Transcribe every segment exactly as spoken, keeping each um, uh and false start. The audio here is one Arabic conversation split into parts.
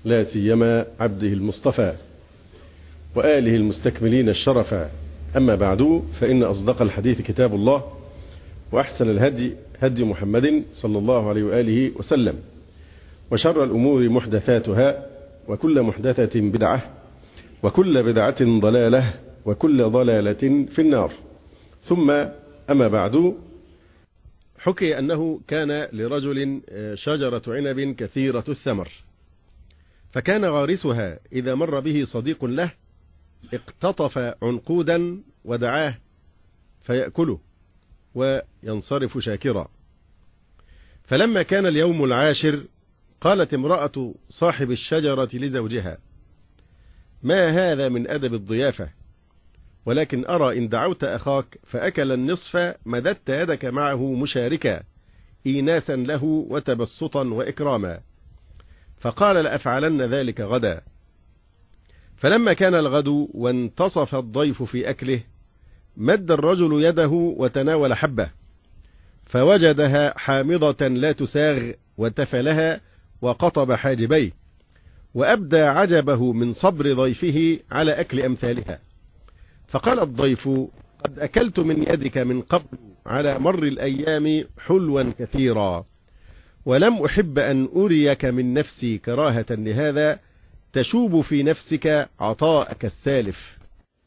لا سيما عبده المصطفى وآله المستكملين الشرفا. أما بعد، فإن أصدق الحديث كتاب الله، وأحسن الهدي هدي محمد صلى الله عليه وآله وسلم، وشر الأمور محدثاتها، وكل محدثة بدعة، وكل بدعة ضلالة، وكل ضلالة في النار. ثم أما بعد، حكي أنه كان لرجل شجرة عنب كثيرة الثمر، فكان غارسها إذا مر به صديق له اقتطف عنقودا ودعاه فيأكله وينصرف شاكرا. فلما كان اليوم العاشر قالت امرأة صاحب الشجرة لزوجها: ما هذا من أدب الضيافة، ولكن أرى إن دعوت أخاك فأكل النصف مددت يدك معه مشاركا إيناسا له وتبسطا وإكراما. فقال: لأفعلن ذلك غدا. فلما كان الغد وانتصف الضيف في أكله مد الرجل يده وتناول حبة، فوجدها حامضة لا تساغ وتفلها وقطب حاجبيه، وأبدى عجبه من صبر ضيفه على أكل أمثالها. فقال الضيف: قد أكلت من يدك من قبل على مر الأيام حلوا كثيرا، ولم أحب أن أريك من نفسي كراهة لهذا تشوب في نفسك عطاءك السالف.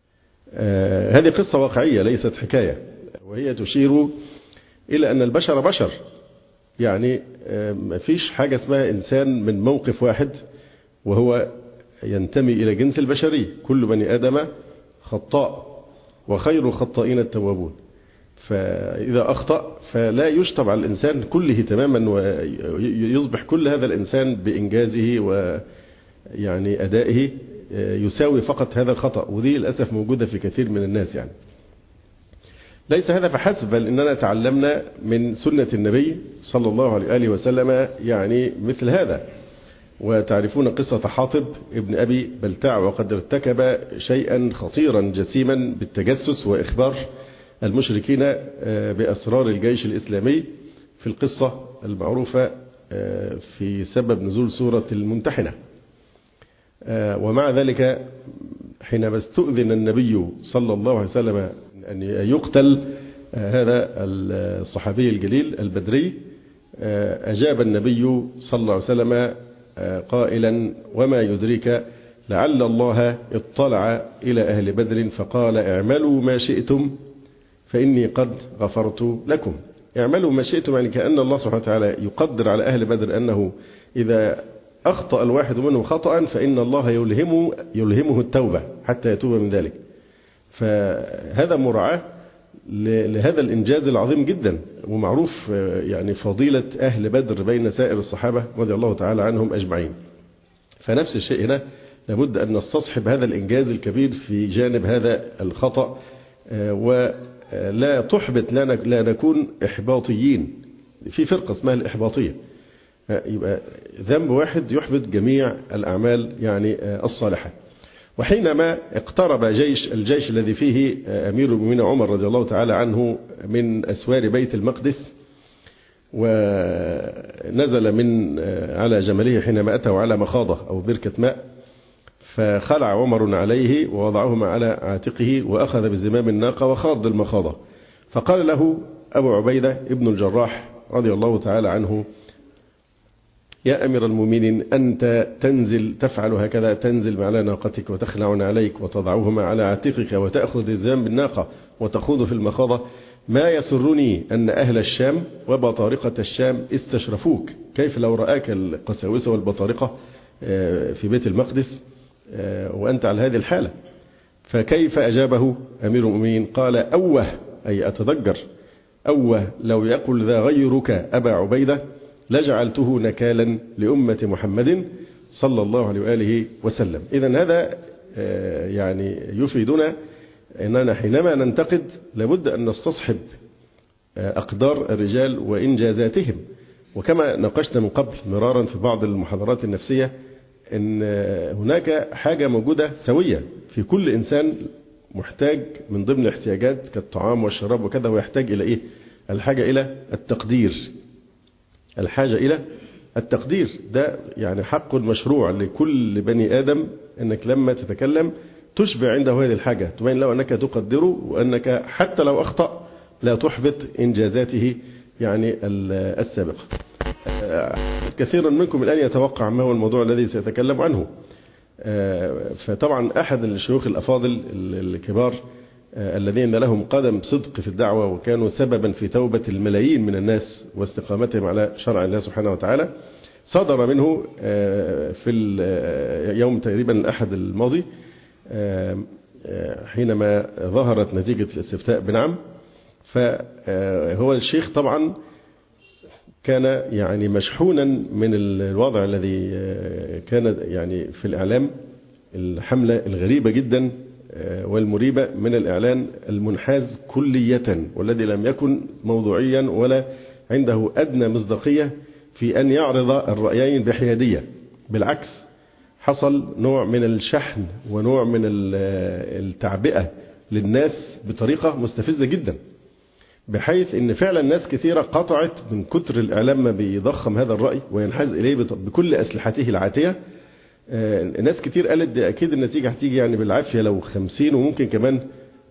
آه هذه قصة واقعية ليست حكاية، وهي تشير إلى أن البشر بشر، يعني آه ما فيش حاجة اسمها إنسان من موقف واحد وهو ينتمي إلى جنس البشري. كل بني آدم خطاء، وخير الخطائين التوابون. فإذا أخطأ فلا يشطب على الإنسان كله تماما، ويصبح كل هذا الإنسان بإنجازه ويعني أدائه يساوي فقط هذا الخطأ، ودي للأسف موجودة في كثير من الناس. يعني ليس هذا فحسب، بل إننا تعلمنا من سنة النبي صلى الله عليه وآله وسلم يعني مثل هذا. وتعرفون قصة حاطب ابن أبي بلتع، وقد ارتكب شيئا خطيرا جسيما بالتجسس وإخبار المشركين بأسرار الجيش الإسلامي في القصة المعروفة في سبب نزول سورة الممتحنة. ومع ذلك حينما استؤذن النبي صلى الله عليه وسلم أن يقتل هذا الصحابي الجليل البدري، أجاب النبي صلى الله عليه وسلم قائلا: وما يدريك لعل الله اطلع إلى أهل بدر فقال: اعملوا ما شئتم فإني قد غفرت لكم. اعملوا ما شئتم، يعني كأن الله سبحانه وتعالى يقدر على أهل بدر أنه إذا أخطأ الواحد منهم خطأ فإن الله يلهمه, يلهمه التوبة حتى يتوب من ذلك. فهذا مراعاة لهذا الإنجاز العظيم جدا، ومعروف يعني فضيلة أهل بدر بين سائر الصحابة رضي الله تعالى عنهم أجمعين. فنفس الشيء هنا، لابد أن نستصحب هذا الإنجاز الكبير في جانب هذا الخطأ، ولا تحبط، لا نكون إحباطيين. في فرقة اسمها الإحباطية، يبقى ذنب واحد يحبط جميع الأعمال يعني الصالحة. وحينما اقترب جيش الجيش الذي فيه أمير المؤمنين عمر رضي الله تعالى عنه من أسوار بيت المقدس، ونزل من على جمله حينما أتوا على مخاضة أو بركة ماء، فخلع عمر عليه ووضعهما على عاتقه وأخذ بزمام الناقة وخاض المخاضة. فقال له أبو عبيدة ابن الجراح رضي الله تعالى عنه: يا أمير المؤمنين، أنت تنزل تفعل هكذا، تنزل على ناقتك وتخلع عليك وتضعهما على عاتقك وتأخذ الزمام بالناقة وتخوض في المخاضة. ما يسرني أن أهل الشام وبطارقة الشام استشرفوك، كيف لو رآك القساوسة والبطارقة في بيت المقدس وأنت على هذه الحالة؟ فكيف أجابه أمير المؤمنين؟ قال: أوه، أي أتذكر، أوه لو يقول ذا غيرك أبا عبيدة لجعلته نكالا لأمة محمد صلى الله عليه وآله وسلم. إذن هذا يعني يفيدنا أننا حينما ننتقد لابد أن نستصحب أقدار الرجال وإنجازاتهم. وكما ناقشنا من قبل مرارا في بعض المحاضرات النفسية أن هناك حاجة موجودة سوية في كل إنسان، محتاج من ضمن الاحتياجات كالطعام والشراب وكذا، ويحتاج إلى إيه؟ الحاجة إلى التقدير، الحاجة إلى التقدير ده يعني حق مشروع لكل بني آدم، أنك لما تتكلم تشبع عنده هذه الحاجة، تبين له أنك تقدره، وأنك حتى لو أخطأ لا تحبط إنجازاته يعني السابقة. كثير منكم الآن يتوقع ما هو الموضوع الذي سيتكلم عنه. فطبعا أحد الشيوخ الأفاضل الكبار الذين لهم قدم صدق في الدعوة وكانوا سببا في توبة الملايين من الناس واستقامتهم على شرع الله سبحانه وتعالى، صدر منه في اليوم تقريبا الأحد الماضي حينما ظهرت نتيجة الاستفتاء بنعم. فهو الشيخ طبعا كان يعني مشحونا من الوضع الذي كان يعني في الإعلام، الحملة الغريبة جدا والمريبة من الإعلان المنحاز كلية، والذي لم يكن موضوعيا ولا عنده أدنى مصداقية في أن يعرض الرأيين بحيادية. بالعكس، حصل نوع من الشحن ونوع من التعبئة للناس بطريقة مستفزة جدا، بحيث ان فعلا ناس كثيرة قطعت من كتر الإعلام ما بيضخم هذا الرأي وينحاز إليه بكل أسلحته العاتية. ناس كتير قالت ده أكيد النتيجة هتيجي يعني بالعافية لو خمسين، وممكن كمان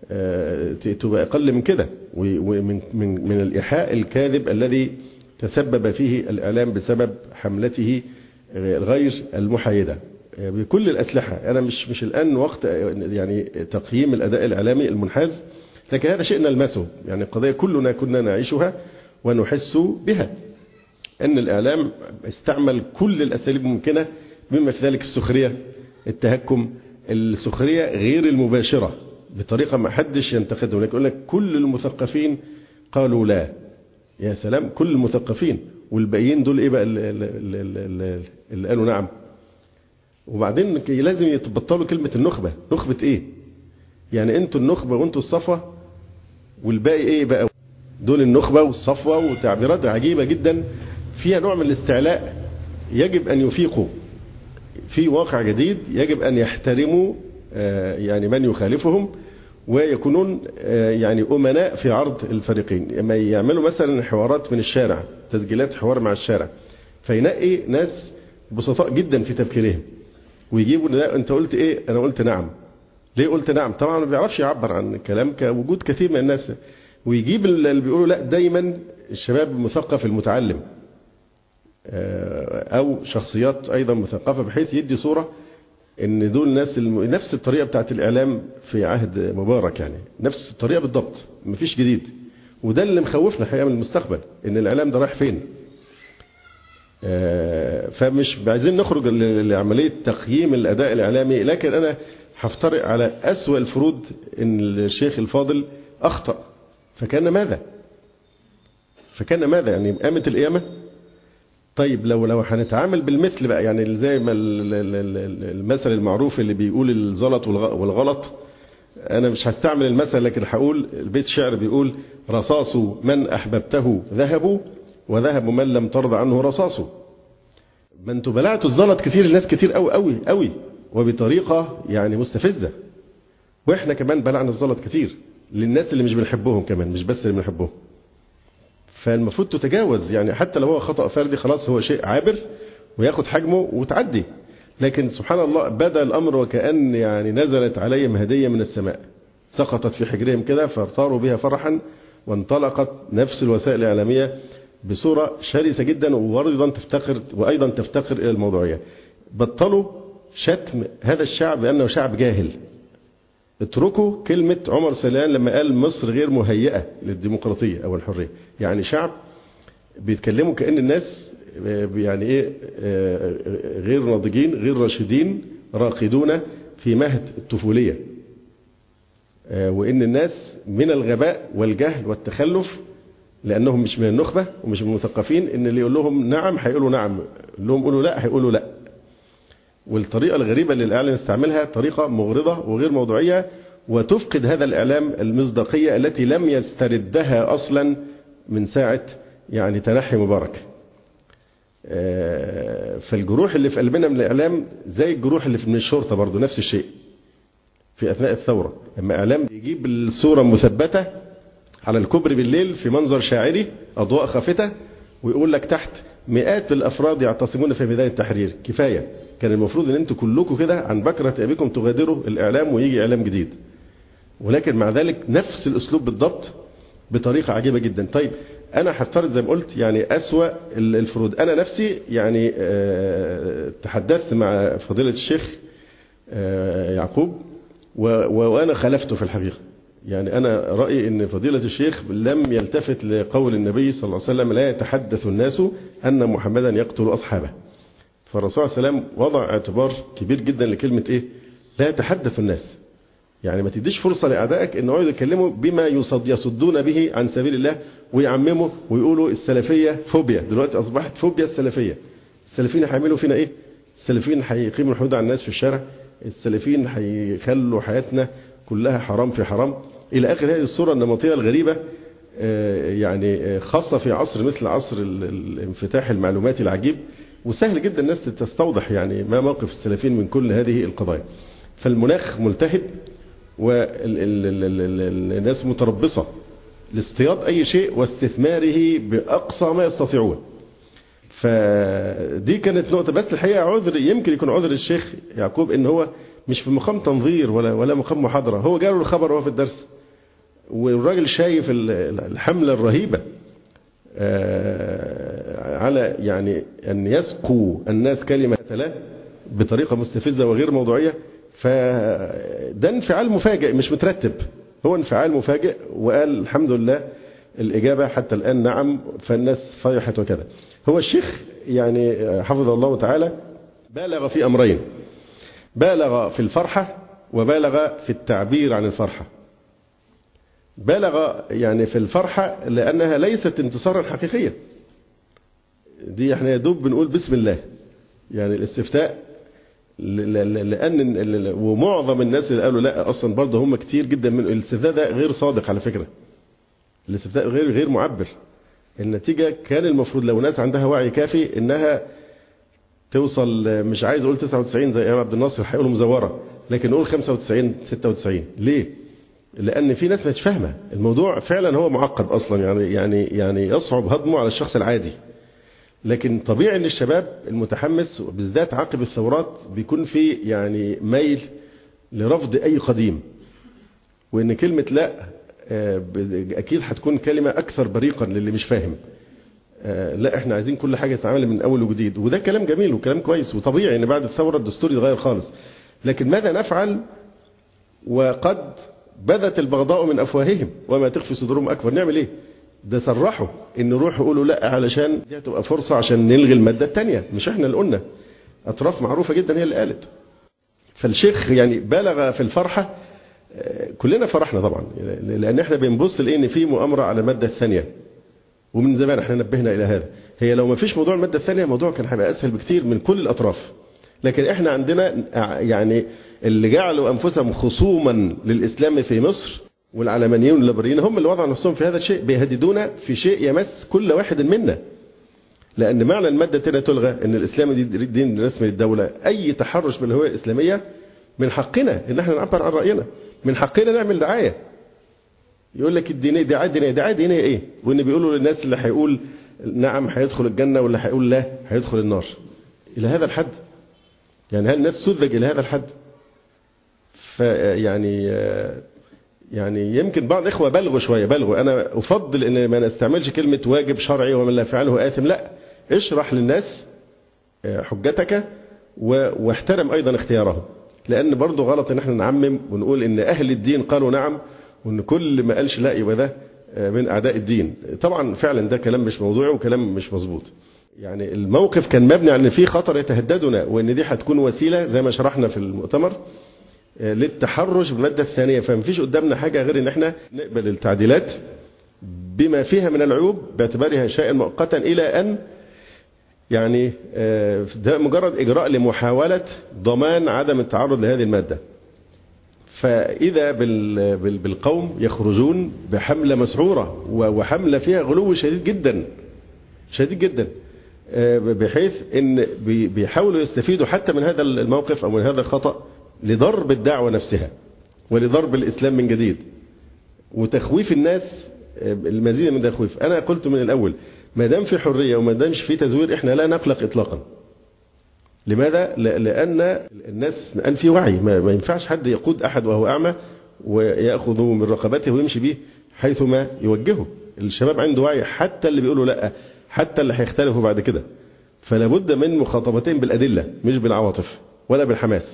تبقى أقل من كده، ومن من من الإيحاء الكاذب الذي تسبب فيه الإعلام بسبب حملته غير المحايدة بكل الأسلحة. أنا مش مش الآن وقت يعني تقييم الأداء الإعلامي المنحاز، لكن هذا شيء نلمسه، يعني القضية كلنا كنا نعيشها ونحس بها، أن الإعلام استعمل كل الأساليب الممكنة، بما في ذلك السخرية، التهكم، السخرية غير المباشرة بطريقة ما حدش ينتقدها. يقول لك كل المثقفين قالوا لا. يا سلام، كل المثقفين، والباقيين دول إيه بقى اللي, اللي, اللي قالوا نعم؟ وبعدين لازم يتبطلوا كلمة النخبة. نخبة إيه؟ يعني أنتوا النخبة وأنتوا الصفوة، والباقي إيه بقى؟ دول النخبة والصفوة، وتعبيرات عجيبة جدا فيها نوع من الاستعلاء. يجب أن يفيقوا في واقع جديد، يجب أن يحترموا يعني من يخالفهم، ويكونون يعني أمناء في عرض الفريقين. لما يعملوا مثلا حوارات من الشارع، تسجيلات حوار مع الشارع، فينقي ناس بسطاء جدا في تفكيرهم ويجيبوا لا أنت قلت إيه؟ أنا قلت نعم. ليه قلت نعم؟ طبعا ما بيعرفش يعبر عن الكلام كوجود كثير من الناس، ويجيب اللي بيقولوا لا دايما الشباب المثقف المتعلم أو شخصيات أيضا مثقفة، بحيث يدي صورة ان دول ناس الم... نفس الطريقة بتاعت الإعلام في عهد مبارك، يعني نفس الطريقة بالضبط، مفيش جديد. وده اللي مخوفنا الحقيقة من المستقبل، ان الإعلام ده رايح فين. فمش عايزين نخرج لعملية تقييم الأداء الإعلامي، لكن أنا هفترق على أسوأ الفروض ان الشيخ الفاضل أخطأ. فكان ماذا فكان ماذا يعني قامت القيامة. طيب لو لو هنتعامل بالمثل بقى، يعني زي ما المثل المعروف اللي بيقول الزلط والغلط، أنا مش هستعمل المثل، لكن هقول البيت شعر بيقول رصاص من أحببته ذهب، وذهب من لم ترضى عنه رصاصه. ما انتوا بلعتوا الزلط كتير، الناس كتير قوي قوي قوي وبطريقة يعني مستفزة، واحنا كمان بلعنا الزلط كتير للناس اللي مش بنحبهم كمان، مش بس اللي بنحبهم. فالمفروض تتجاوز، يعني حتى لو هو خطأ فردي خلاص هو شيء عابر وياخد حجمه وتعدي. لكن سبحان الله بدأ الأمر وكأن يعني نزلت عليهم هدية من السماء، سقطت في حجرهم كده فارتاروا بها فرحا، وانطلقت نفس الوسائل الإعلامية بصورة شرسة جدا، وأيضا تفتقر وأيضا تفتقر إلى الموضوعية. بطلوا شتم هذا الشعب بأنه شعب جاهل. اتركوا كلمة عمر سليمان لما قال مصر غير مهيئة للديمقراطية أو الحرية، يعني شعب بيتكلموا كأن الناس يعني إيه غير ناضجين، غير راشدين، راقدون في مهد الطفولية، وإن الناس من الغباء والجهل والتخلف لأنهم مش من النخبة ومش من المثقفين، إن اللي يقول لهم نعم هيقولوا نعم، اللي لهم قولوا لا هيقولوا لا. والطريقة الغريبة اللي الإعلام استعملها طريقة مغرضة وغير موضوعية، وتفقد هذا الإعلام المصداقية التي لم يستردها أصلا من ساعة يعني تنحي مبارك. فالجروح اللي في قلبنا من الإعلام زي الجروح اللي من الشرطة برضو، نفس الشيء في أثناء الثورة. لما إعلام يجيب الصورة مثبتة على الكوبري بالليل في منظر شاعري، أضواء خافتة، ويقول لك تحت مئات الأفراد يعتصمون في ميدان التحرير، كفاية. كان المفروض ان انتوا كلكم كده عن بكرة أبيكم تغادروا الإعلام ويجي إعلام جديد، ولكن مع ذلك نفس الأسلوب بالضبط بطريقة عجيبة جدا. طيب أنا هفترض زي ما قلت يعني أسوأ الفروض. أنا نفسي يعني تحدثت مع فضيلة الشيخ يعقوب وأنا خالفته في الحقيقة. يعني أنا رأيي أن فضيلة الشيخ لم يلتفت لقول النبي صلى الله عليه وسلم لا يتحدث الناس أن محمدا يقتل أصحابه. فالرسول صلى الله عليه وسلم وضع اعتبار كبير جدا لكلمة إيه؟ لا يتحدث الناس. يعني ما تديش فرصة لأعدائك أن يقعدوا يتكلموا بما يصدون به عن سبيل الله ويعمموا ويقولوا السلفية فوبيا. دلوقتي أصبحت فوبيا السلفية. السلفيين هيعملوا فينا إيه؟ السلفيين هيقيموا الحدود على الناس في الشارع، السلفيين هيخلوا حياتنا كلها حرام في حرام، إلى آخر هذه الصورة النمطية الغريبة، يعني خاصة في عصر مثل عصر الانفتاح المعلوماتي العجيب. وسهل جدا الناس تستوضح يعني ما موقف السلفيين من كل هذه القضايا. فالمناخ ملتهب والناس متربصة لاصطياد أي شيء واستثماره بأقصى ما يستطيعون. فدي كانت نقطة. بس الحقيقة عذر، يمكن يكون عذر الشيخ يعقوب إن هو مش في مقام تنظير ولا ولا مقام محاضرة. هو جاله الخبر وهو في الدرس، والراجل شايف الحملة الرهيبة على يعني أن يسقوا الناس كلمة لا بطريقة مستفزة وغير موضوعية. فده انفعال مفاجئ مش مترتب، هو انفعال مفاجئ. وقال الحمد لله الإجابة حتى الآن نعم، فالناس فرحت وكذا. هو الشيخ يعني حفظه الله تعالى بالغ في أمرين: بالغ في الفرحة وبالغ في التعبير عن الفرحة. بالغ يعني في الفرحة لأنها ليست انتصارا حقيقيا، دي احنا يدوب بنقول بسم الله يعني الاستفتاء، لأن ومعظم الناس اللي قالوا لا أصلا برضه هم كتير جدا من الاستفتاء ده غير صادق على فكرة. الاستفتاء غير غير معبر. النتيجة كان المفروض لو ناس عندها وعي كافي إنها توصل، مش عايز أقول تسعة وتسعين زي إمام عبد الناصر هيقولوا مزورة، لكن نقول خمسة وتسعين ستة وتسعين. ليه؟ لأن في ناس مش فاهمة الموضوع فعلا، هو معقد أصلا يعني يعني يعني يصعب هضمه على الشخص العادي. لكن طبيعي ان الشباب المتحمس بالذات عقب الثورات بيكون في يعني ميل لرفض اي قديم، وان كلمة لا اكيد هتكون كلمة اكثر بريقا للي مش فاهم. لا احنا عايزين كل حاجة تتعامل من اول وجديد، وده كلام جميل وكلام كويس وطبيعي ان بعد الثورة الدستور يتغير خالص. لكن ماذا نفعل وقد بدت البغضاء من افواههم وما تخفي صدورهم اكبر؟ نعمل ايه؟ ده صرحوا ان روحوا قولوا لا علشان دي هتبقى فرصة عشان نلغي المادة التانية، مش احنا اللي قلنا، اطراف معروفة جدا هي اللي قالت. فالشيخ يعني بالغ في الفرحة. كلنا فرحنا طبعا لان احنا بنبص لان في مؤامرة على المادة الثانية، ومن زمان احنا نبهنا الى هذا. هي لو ما فيش موضوع المادة الثانية موضوع كان هيبقى اسهل بكتير من كل الاطراف، لكن احنا عندنا يعني اللي جعلوا انفسهم خصوما للاسلام في مصر والعلمانيين والليبراليين هم اللي وضعوا نفسهم في هذا الشيء، بيهددون في شيء يمس كل واحد منا. لأن معنى المادة الثانية تلغى أن الإسلام دي دين رسمي للدولة. أي تحرش من الهوية الإسلامية من حقنا أن احنا نعبر عن رأينا، من حقنا نعمل دعاية. يقول لك الدينية دعاية دينية دعاية دينية إيه؟ وإن بيقولوا للناس اللي هيقول نعم هيدخل الجنة واللي هيقول لا هيدخل النار. إلى هذا الحد يعني هل الناس سذج إلى هذا الحد؟ فيعني يعني يمكن بعض الإخوة بلغوا شوية بلغوا. أنا أفضل أن ما نستعملش كلمة واجب شرعي ومن لا فعله آثم. لا، اشرح للناس حجتك واحترم أيضا اختيارهم، لأن برضو غلط أن احنا نعمم ونقول أن أهل الدين قالوا نعم وأن كل ما قالش لا يبقى ده من أعداء الدين. طبعا فعلا ده كلام مش موضوعي وكلام مش مظبوط. يعني الموقف كان مبني على أن في خطر يتهددنا وأن دي هتكون وسيلة زي ما شرحنا في المؤتمر للتحرش بالمادة الثانية. فمفيش قدامنا حاجة غير ان احنا نقبل التعديلات بما فيها من العيوب باعتبارها شيئا مؤقتا الى ان يعني ده مجرد اجراء لمحاولة ضمان عدم التعرض لهذه المادة. فاذا بالقوم يخرجون بحملة مسعورة وحملة فيها غلو شديد جدا شديد جدا، بحيث ان بيحاولوا يستفيدوا حتى من هذا الموقف او من هذا الخطأ لضرب الدعوة نفسها ولضرب الإسلام من جديد وتخويف الناس المزيد من تخويف. أنا قلت من الأول ما دام في حرية وما دامش في تزوير احنا لا نقلق اطلاقا. لماذا؟ لأن الناس الآن في وعي، ما ينفعش حد يقود أحد وهو أعمى ويأخذه من رقبته ويمشي به حيثما يوجهه. الشباب عنده وعي، حتى اللي بيقولوا لا، حتى اللي هيختلفوا بعد كده. فلا بد من مخاطبتين بالأدلة مش بالعواطف ولا بالحماس.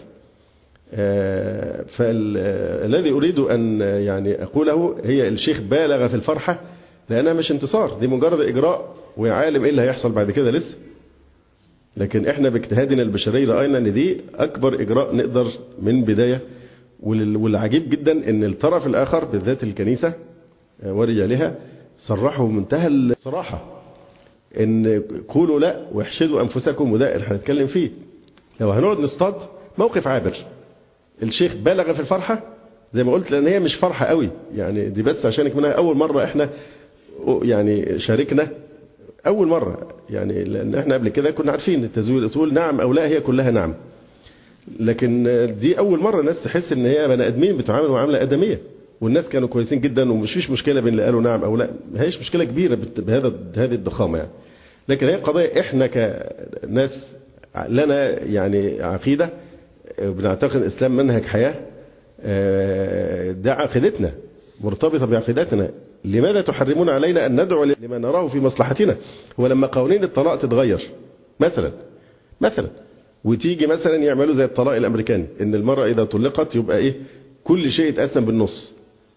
فالذي أريد أن يعني أقوله هي الشيخ بالغ في الفرحة، لأنها مش انتصار، دي مجرد إجراء وعالم إيه اللي هيحصل بعد كده لسه. لكن احنا باجتهادنا البشري رأينا ان دي اكبر اجراء نقدر من بداية. والعجيب جدا ان الطرف الاخر بالذات الكنيسة ورجالها صرحوا بمنتهى الصراحة ان قولوا لا واحشدوا انفسكم، وده اللي هنتكلم فيه. لو هنقعد نصطاد موقف عابر، الشيخ بالغ في الفرحة زي ما قلت، لان هي مش فرحة قوي يعني، دي بس عشان منها اول مرة احنا يعني شاركنا أول مرة يعني، لأن احنا قبل كده كنا عارفين التزوير تقول نعم أو لا، هي كلها نعم. لكن دي أول مرة الناس تحس إن هي بني آدمين بتعامل معاملة آدمية، والناس كانوا كويسين جدا ومش فيش مشكلة بين اللي قالوا نعم أو لا، ما هيش مشكلة كبيرة بهذا بهذه الضخامة يعني. لكن هي قضية احنا كناس لنا يعني عقيدة، بنعتقد الإسلام منهج حياة، ده عقيدتنا مرتبطة بعقيدتنا. لماذا تحرمون علينا أن ندعو لما نراه في مصلحتنا؟ هو لما قوانين الطلاق تتغير مثلا مثلا وتيجي مثلا يعملوا زي الطلاق الأمريكاني، إن المرأة إذا طلقت يبقى إيه، كل شيء يتقسم بالنص،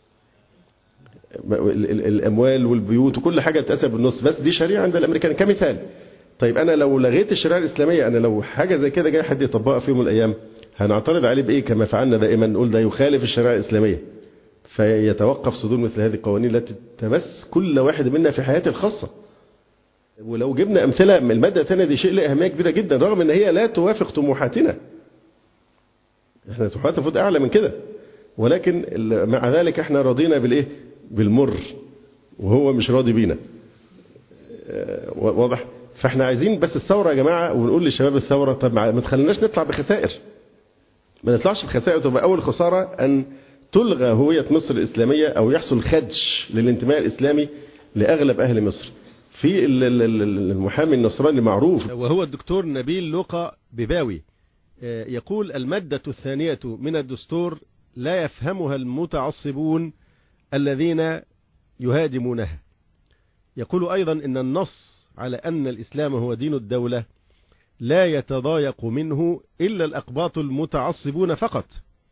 الأموال والبيوت وكل حاجة تتقسم بالنص، بس دي شريعة عند الأمريكان كمثال. طيب أنا لو لغيت الشريعة الإسلامية، أنا لو حاجة زي كده جاي حد يطبقها في يوم من الأيام، هنعترض عليه بإيه؟ كما فعلنا دائما نقول ده يخالف الشريعة الإسلامية، فيتوقف صدور مثل هذه القوانين التي تمس كل واحد منا في حياته الخاصة. ولو جبنا أمثلة من المادة الثانية، دي شيء له أهمية كبيرة جدا رغم أن هي لا توافق طموحاتنا، احنا طموحاتنا المفروض أعلى من كده، ولكن مع ذلك احنا راضينا بالإيه؟ بالمر، وهو مش راضي بينا. واضح؟ فاحنا عايزين بس الثورة يا جماعة، ونقول للشباب الثورة طب ما تخليناش نطلع بخسائر، ما نطلعش بخسائر. تبقى أول خسارة أن تلغى هوية مصر الإسلامية أو يحصل خدش للانتماء الإسلامي لأغلب أهل مصر. في المحامي النصراني معروف وهو الدكتور نبيل لوقا بباوي يقول: المادة الثانية من الدستور لا يفهمها المتعصبون الذين يهاجمونها. يقول أيضا إن النص على أن الإسلام هو دين الدولة لا يتضايق منه إلا الأقباط المتعصبون فقط،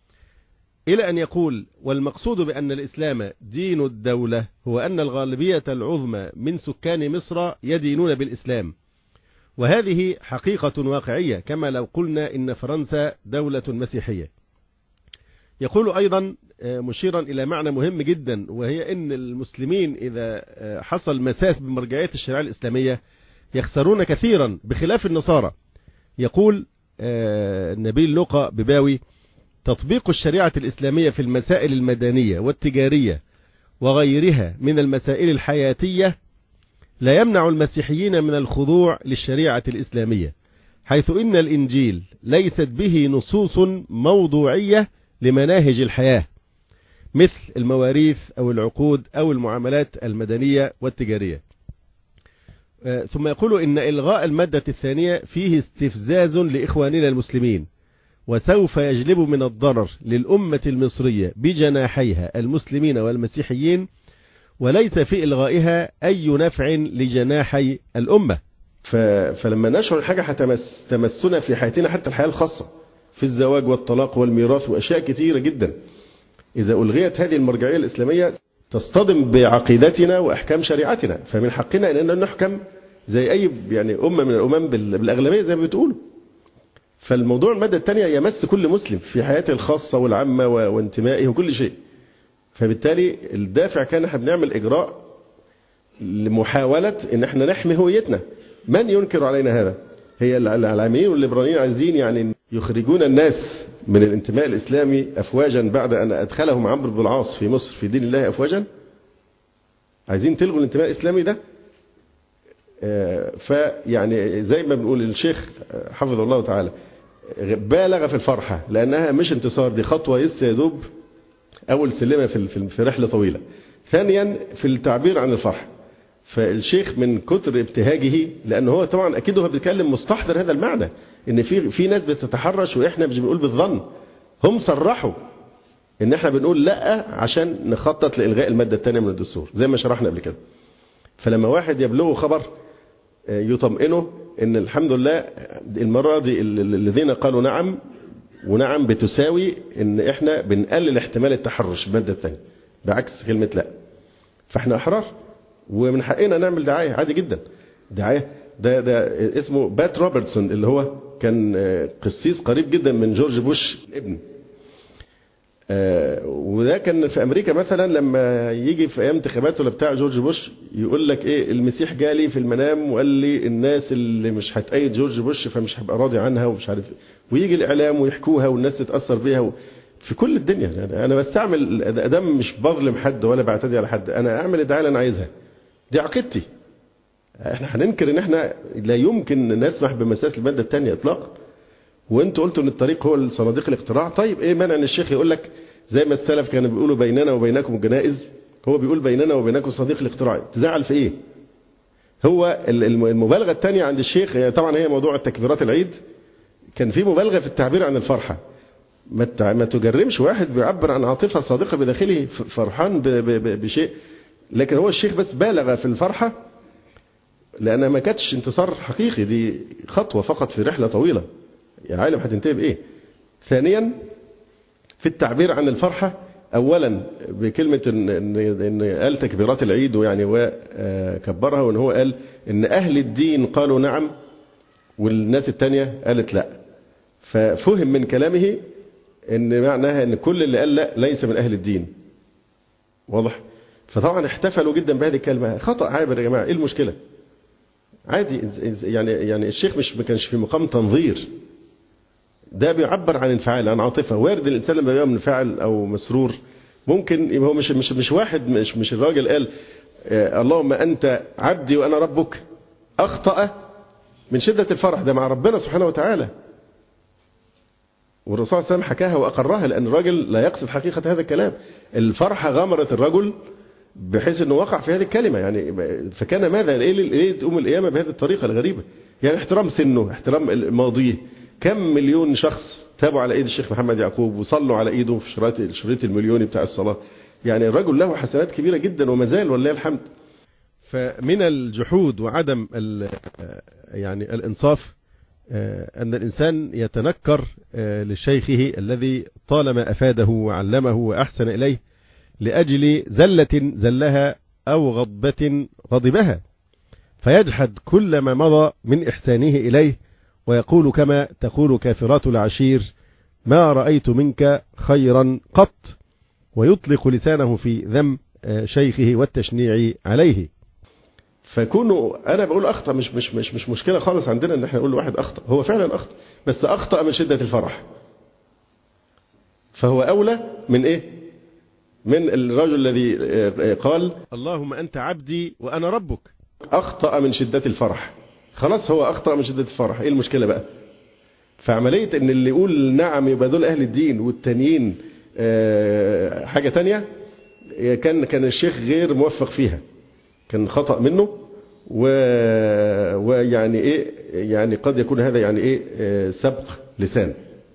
إلى أن يقول: والمقصود بأن الإسلام دين الدولة هو أن الغالبية العظمى من سكان مصر يدينون بالإسلام، وهذه حقيقة واقعية، كما لو قلنا إن فرنسا دولة مسيحية. يقول أيضا مشيرا إلى معنى مهم جدا، وهي أن المسلمين إذا حصل مساس بمرجعية الشريعة الإسلامية يخسرون كثيرا بخلاف النصارى. يقول نبيل لوقا بباوي: تطبيق الشريعة الإسلامية في المسائل المدنية والتجارية وغيرها من المسائل الحياتية لا يمنع المسيحيين من الخضوع للشريعة الإسلامية، حيث إن الإنجيل ليست به نصوص موضوعية لمناهج الحياة مثل المواريث أو العقود أو المعاملات المدنية والتجارية. ثم يقول إن إلغاء المادة الثانية فيه استفزاز لإخواننا المسلمين، وسوف يجلب من الضرر للأمة المصرية بجناحيها المسلمين والمسيحيين، وليس في إلغائها أي نفع لجناحي الأمة. فلما نشعر حاجة هتمسنا في حياتنا، حتى الحياة الخاصة في الزواج والطلاق والميراث وأشياء كثيرة جدا، إذا ألغيت هذه المرجعية الإسلامية تصطدم بعقيدتنا وأحكام شريعتنا، فمن حقنا أننا نحكم زي أي يعني أمة من الأمم بالأغلبية زي ما بتقولوا. فالموضوع المادة الثانية يمس كل مسلم في حياته الخاصة والعامة وانتمائه وكل شيء. فبالتالي الدافع كان احنا بنعمل إجراء لمحاولة ان احنا نحمي هويتنا. من ينكر علينا هذا؟ هي العلمانيين والليبراليين عايزين يعني يخرجون الناس من الانتماء الإسلامي أفواجا بعد أن أدخلهم عمرو بن العاص في مصر في دين الله أفواجا. عايزين تلغوا الانتماء الإسلامي ده. فيعني زي ما بنقول الشيخ حفظه الله تعالى بالغ في الفرحة، لأنها مش انتصار، دي خطوة لسه يا دوب أول سلمة في في رحلة طويلة. ثانيا في التعبير عن الفرحة، فالشيخ من كتر ابتهاجه، لأنه هو طبعا أكيد هو بيتكلم مستحضر هذا المعنى، إن في في ناس بتتحرش وإحنا مش بنقول بالظن، هم صرحوا إن إحنا بنقول لأ عشان نخطط لإلغاء المادة الثانية من الدستور زي ما شرحنا قبل كده. فلما واحد يبلغه خبر يطمئنه إن الحمد لله المرة دي الذين قالوا نعم ونعم بتساوي إن إحنا بنقلل احتمال التحرش بالمادة الثانية بعكس كلمة لأ، فإحنا أحرار ومن حقنا نعمل دعاية عادي جدا. دعاية ده ده اسمه بات روبرتسون اللي هو كان قسيس قريب جدا من جورج بوش الابن، وده كان في أمريكا مثلا لما يجي في أيام انتخابات ولا بتاع جورج بوش يقول لك إيه المسيح جالي في المنام وقال لي الناس اللي مش هتأيد جورج بوش فمش هبقى راضي عنها ومش عارف، ويجي الإعلام ويحكوها والناس تتأثر بيها في كل الدنيا. يعني أنا بستعمل أدام مش بظلم حد ولا بعتدي على حد، أنا أعمل الدعاية اللي أنا عايزها، دي عقيدتي. احنا هننكر ان احنا لا يمكن نسمح بمساس المادة الثانية اطلاقا، وانتوا قلتوا ان الطريق هو الصناديق الاقتراع. طيب ايه مانع ان الشيخ يقول لك زي ما السلف كانوا بيقولوا بيننا وبينكم الجنائز، هو بيقول بيننا وبينكم صناديق الاقتراع، تزعل في ايه؟ هو المبالغة الثانية عند الشيخ يعني طبعا هي موضوع التكبيرات العيد، كان في مبالغة في التعبير عن الفرحة. ما تجرمش واحد بيعبر عن عاطفة صادقة بداخله فرحان بشيء، لكن هو الشيخ بس بالغ في الفرحة لأنها ما كانتش انتصار حقيقي، دي خطوة فقط في رحلة طويلة يا عالم هتنتهي بإيه. ثانيا في التعبير عن الفرحة، أولا بكلمة إن, إن, إن قال تكبيرات العيد ويعني وكبرها، وإن هو قال إن أهل الدين قالوا نعم والناس التانية قالت لا، ففهم من كلامه إن معناها إن كل اللي قال لا ليس من أهل الدين. واضح؟ فطبعا احتفلوا جدا بهذه الكلمة. خطأ عابر يا جماعة، إيه المشكلة؟ عادي يعني يعني الشيخ مش ما كانش في مقام تنظير، ده بيعبر عن انفعال عن عاطفه. وارد الانسان لما يبقى منفعل او مسرور ممكن يبقى هو مش مش مش واحد مش مش الراجل قال اللهم انت عبدي وانا ربك اخطأ من شده الفرح، ده مع ربنا سبحانه وتعالى، والرسول صلى الله عليه وسلم حكاها واقرها لان الراجل لا يقصد حقيقه هذا الكلام. الفرحه غمرت الرجل بحيث انه وقع في هذه الكلمة يعني، فكان ماذا ليه تقوم القيامة بهذه الطريقة الغريبة؟ يعني احترام سنه، احترام ماضيه. كم مليون شخص تابوا على ايد الشيخ محمد يعقوب وصلوا على ايده في شريط الشريط المليوني بتاع الصلاة، يعني الرجل له حسنات كبيرة جدا وما زال ولله الحمد. فمن الجحود وعدم يعني الانصاف ان الانسان يتنكر لشيخه الذي طالما افاده وعلمه واحسن اليه لأجل زلة زلها أو غضبة غضبها، فيجحد كل ما مضى من إحسانه إليه ويقول كما تقول كافرات العشير ما رأيت منك خيرا قط، ويطلق لسانه في ذم شيخه والتشنيع عليه. فكونوا أنا بقول أخطأ مش مش مش مش مشكلة خالص عندنا إن احنا نقول لواحد أخطأ، هو فعلا أخطأ بس أخطأ من شدة الفرح، فهو أولى من إيه؟ من الرجل الذي قال اللهم أنت عبدي وأنا ربك. أخطأ من شدة الفرح، خلاص هو أخطأ من شدة الفرح، إيه المشكلة بقى؟ فعملية إن اللي يقول نعم يبقى دول أهل الدين والتانيين حاجة تانية، كان كان الشيخ غير موفق فيها، كان خطأ منه، ويعني إيه يعني قد يكون هذا يعني إيه سبق لسان،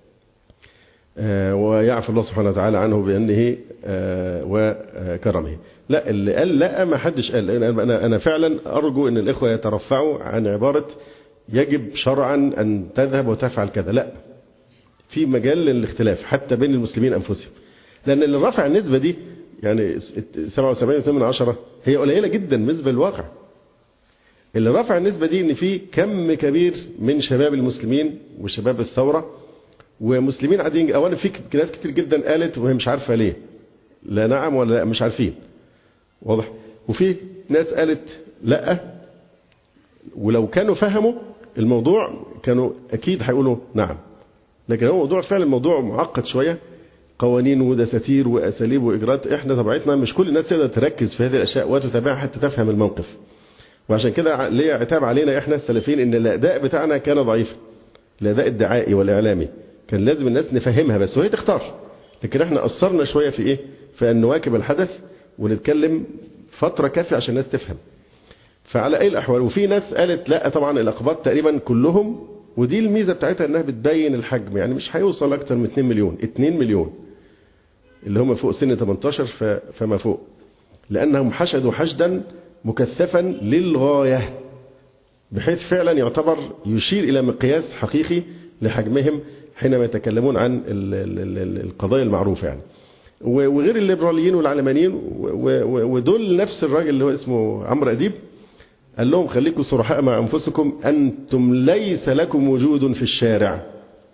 ويعفو الله سبحانه وتعالى عنه بأنه وكرمه. لا اللي قال لا ما حدش قال. أنا أنا فعلا أرجو أن الإخوة يترفعوا عن عبارة يجب شرعا أن تذهب وتفعل كذا، لا، في مجال للاختلاف حتى بين المسلمين أنفسهم، لأن اللي رفع النسبة دي يعني سبعة وسبعين فاصلة ثمانية عشرة هي قليلة جدا بالنسبة للواقع. اللي رفع النسبة دي ان في كم كبير من شباب المسلمين وشباب الثورة ومسلمين عاديين. اولا في ناس كتير جدا قالت وهي مش عارفة ليه، لا نعم ولا لا، مش عارفين، واضح. وفي ناس قالت لا، ولو كانوا فهموا الموضوع كانوا اكيد هيقولوا نعم. لكن هو موضوع فعلا الموضوع معقد شوية، قوانين ودساتير واساليب واجراءات، احنا طبيعتنا مش كل الناس تقدر تركز في هذه الاشياء وتتابعها حتى تفهم الموقف. وعشان كده ليه عتاب علينا احنا السلفيين ان الاداء بتاعنا كان ضعيف، الاداء الدعائي والاعلامي كان لازم الناس نفهمها بس وهي تختار. لكن احنا قصرنا شويه في ايه، في ان نواكب الحدث ونتكلم فتره كافيه عشان الناس تفهم. فعلى أي الأحوال. وفي ناس قالت لا طبعا الأقباط تقريبا كلهم، ودي الميزة بتاعتها أنها بتبين الحجم، يعني مش هيوصل أكتر من اتنين مليون، اتنين مليون اللي هم فوق سن تمنتاشر فما فوق، لأنهم حشدوا حشدا مكثفا للغاية، بحيث فعلا يعتبر يشير إلى مقياس حقيقي لحجمهم حينما يتكلمون عن القضايا المعروفة يعني. وغير الليبراليين والعلمانيين، ودول نفس الراجل اللي هو اسمه عمرو أديب قال لهم خليكم صرحاء مع أنفسكم، أنتم ليس لكم وجود في الشارع.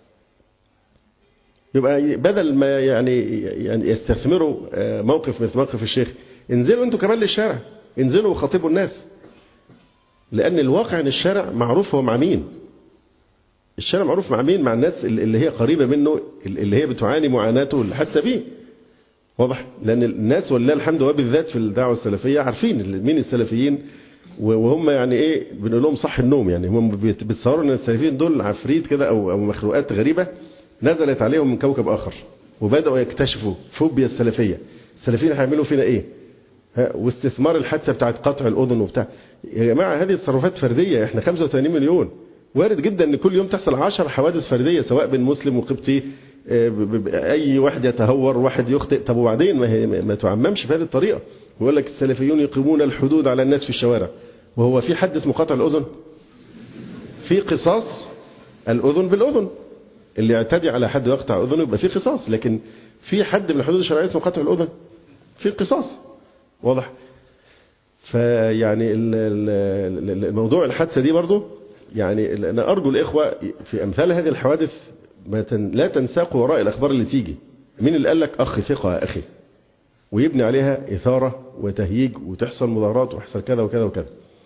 يبقى بدل ما يعني يعني يستثمروا موقف مثل موقف الشيخ، انزلوا انتوا كمان للشارع، انزلوا وخاطبوا الناس، لأن الواقع ان الشارع معروف هو مع مين. الشارع معروف مع مين؟ مع الناس اللي هي قريبة منه، اللي هي بتعاني معاناته اللي حتى بيه. واضح؟ لأن الناس ولله الحمد وبالذات في الدعوة السلفية عارفين مين السلفيين، وهم يعني ايه بنقول لهم صح النوم، يعني هم بيتصوروا ان السلفيين دول عفريت كده او او مخلوقات غريبة نزلت عليهم من كوكب آخر، وبدأوا يكتشفوا فوبيا السلفية. السلفيين هيعملوا فينا ايه؟ واستثمار الحادثة بتاعت قطع الأذن وبتاع. يا جماعة هذه تصرفات فردية، احنا خمسة وثمانين مليون، وارد جدا ان كل يوم تحصل عشر حوادث فردية سواء بين مسلم وقبطي، اي واحد يتهور واحد يخطئ. طب وبعدين ما, ما تعممش بهذه الطريقة، ويقول لك السلفيون يقيمون الحدود على الناس في الشوارع، وهو في حد اسمه قطع الأذن؟ في قصاص الأذن بالأذن، اللي يعتدي على حد يقطع أذنه يبقى في قصاص، لكن في حد من الحدود الشرعية اسمه قطع الأذن؟ في قصاص. واضح؟ فيعني الموضوع الحادثة دي برضو يعني أنا أرجو الإخوة في أمثال هذه الحوادث ما تن لا تنساقوا وراء الأخبار اللي تيجي. مين اللي قال لك أخ ثقة يا أخي، ويبني عليها إثارة وتهييج وتحصل مظاهرات ويحصل كذا وكذا وكذا.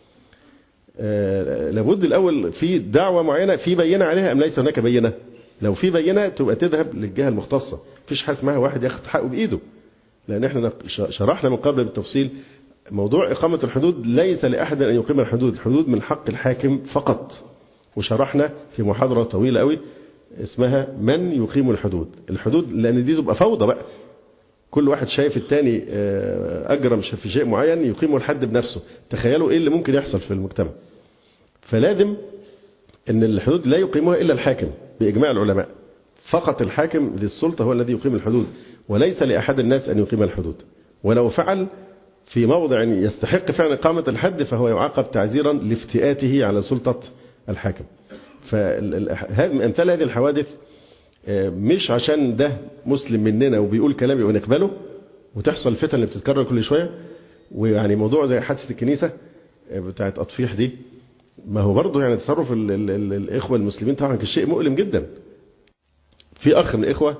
آه لابد الأول في دعوة معينة في بينة عليها أم ليس هناك بينة. لو في بينة تبقى تذهب للجهة المختصة، مفيش حاجة اسمها واحد ياخد حقه بإيده، لأن احنا شرحنا من قبل بالتفصيل موضوع إقامة الحدود ليس لأحد أن يقيم الحدود، الحدود من حق الحاكم فقط. وشرحنا في محاضرة طويلة قوي اسمها من يقيم الحدود. الحدود لأن دي تبقى فوضى بقى، كل واحد شايف التاني أجرم في شيء معين يقيمه الحد بنفسه. تخيلوا إيه اللي ممكن يحصل في المجتمع. فلازم أن الحدود لا يقيمها إلا الحاكم بإجماع العلماء، فقط الحاكم ذي السلطة هو الذي يقيم الحدود، وليس لأحد الناس أن يقيم الحدود. ولو فعل في موضع يستحق فعلا إقامة الحد فهو يعاقب تعزيرا لافتئاته على سلطة الحاكم. فأمثال هذه الحوادث مش عشان ده مسلم مننا وبيقول كلام يبقى نقبله، وتحصل الفتن اللي بتتكرر كل شوية. ويعني موضوع زي حادثة الكنيسة بتاعت أطفيح دي، ما هو برضه يعني تصرف ال ال ال الإخوة المسلمين طبعا كان شيء مؤلم جدا. في أخ من الإخوة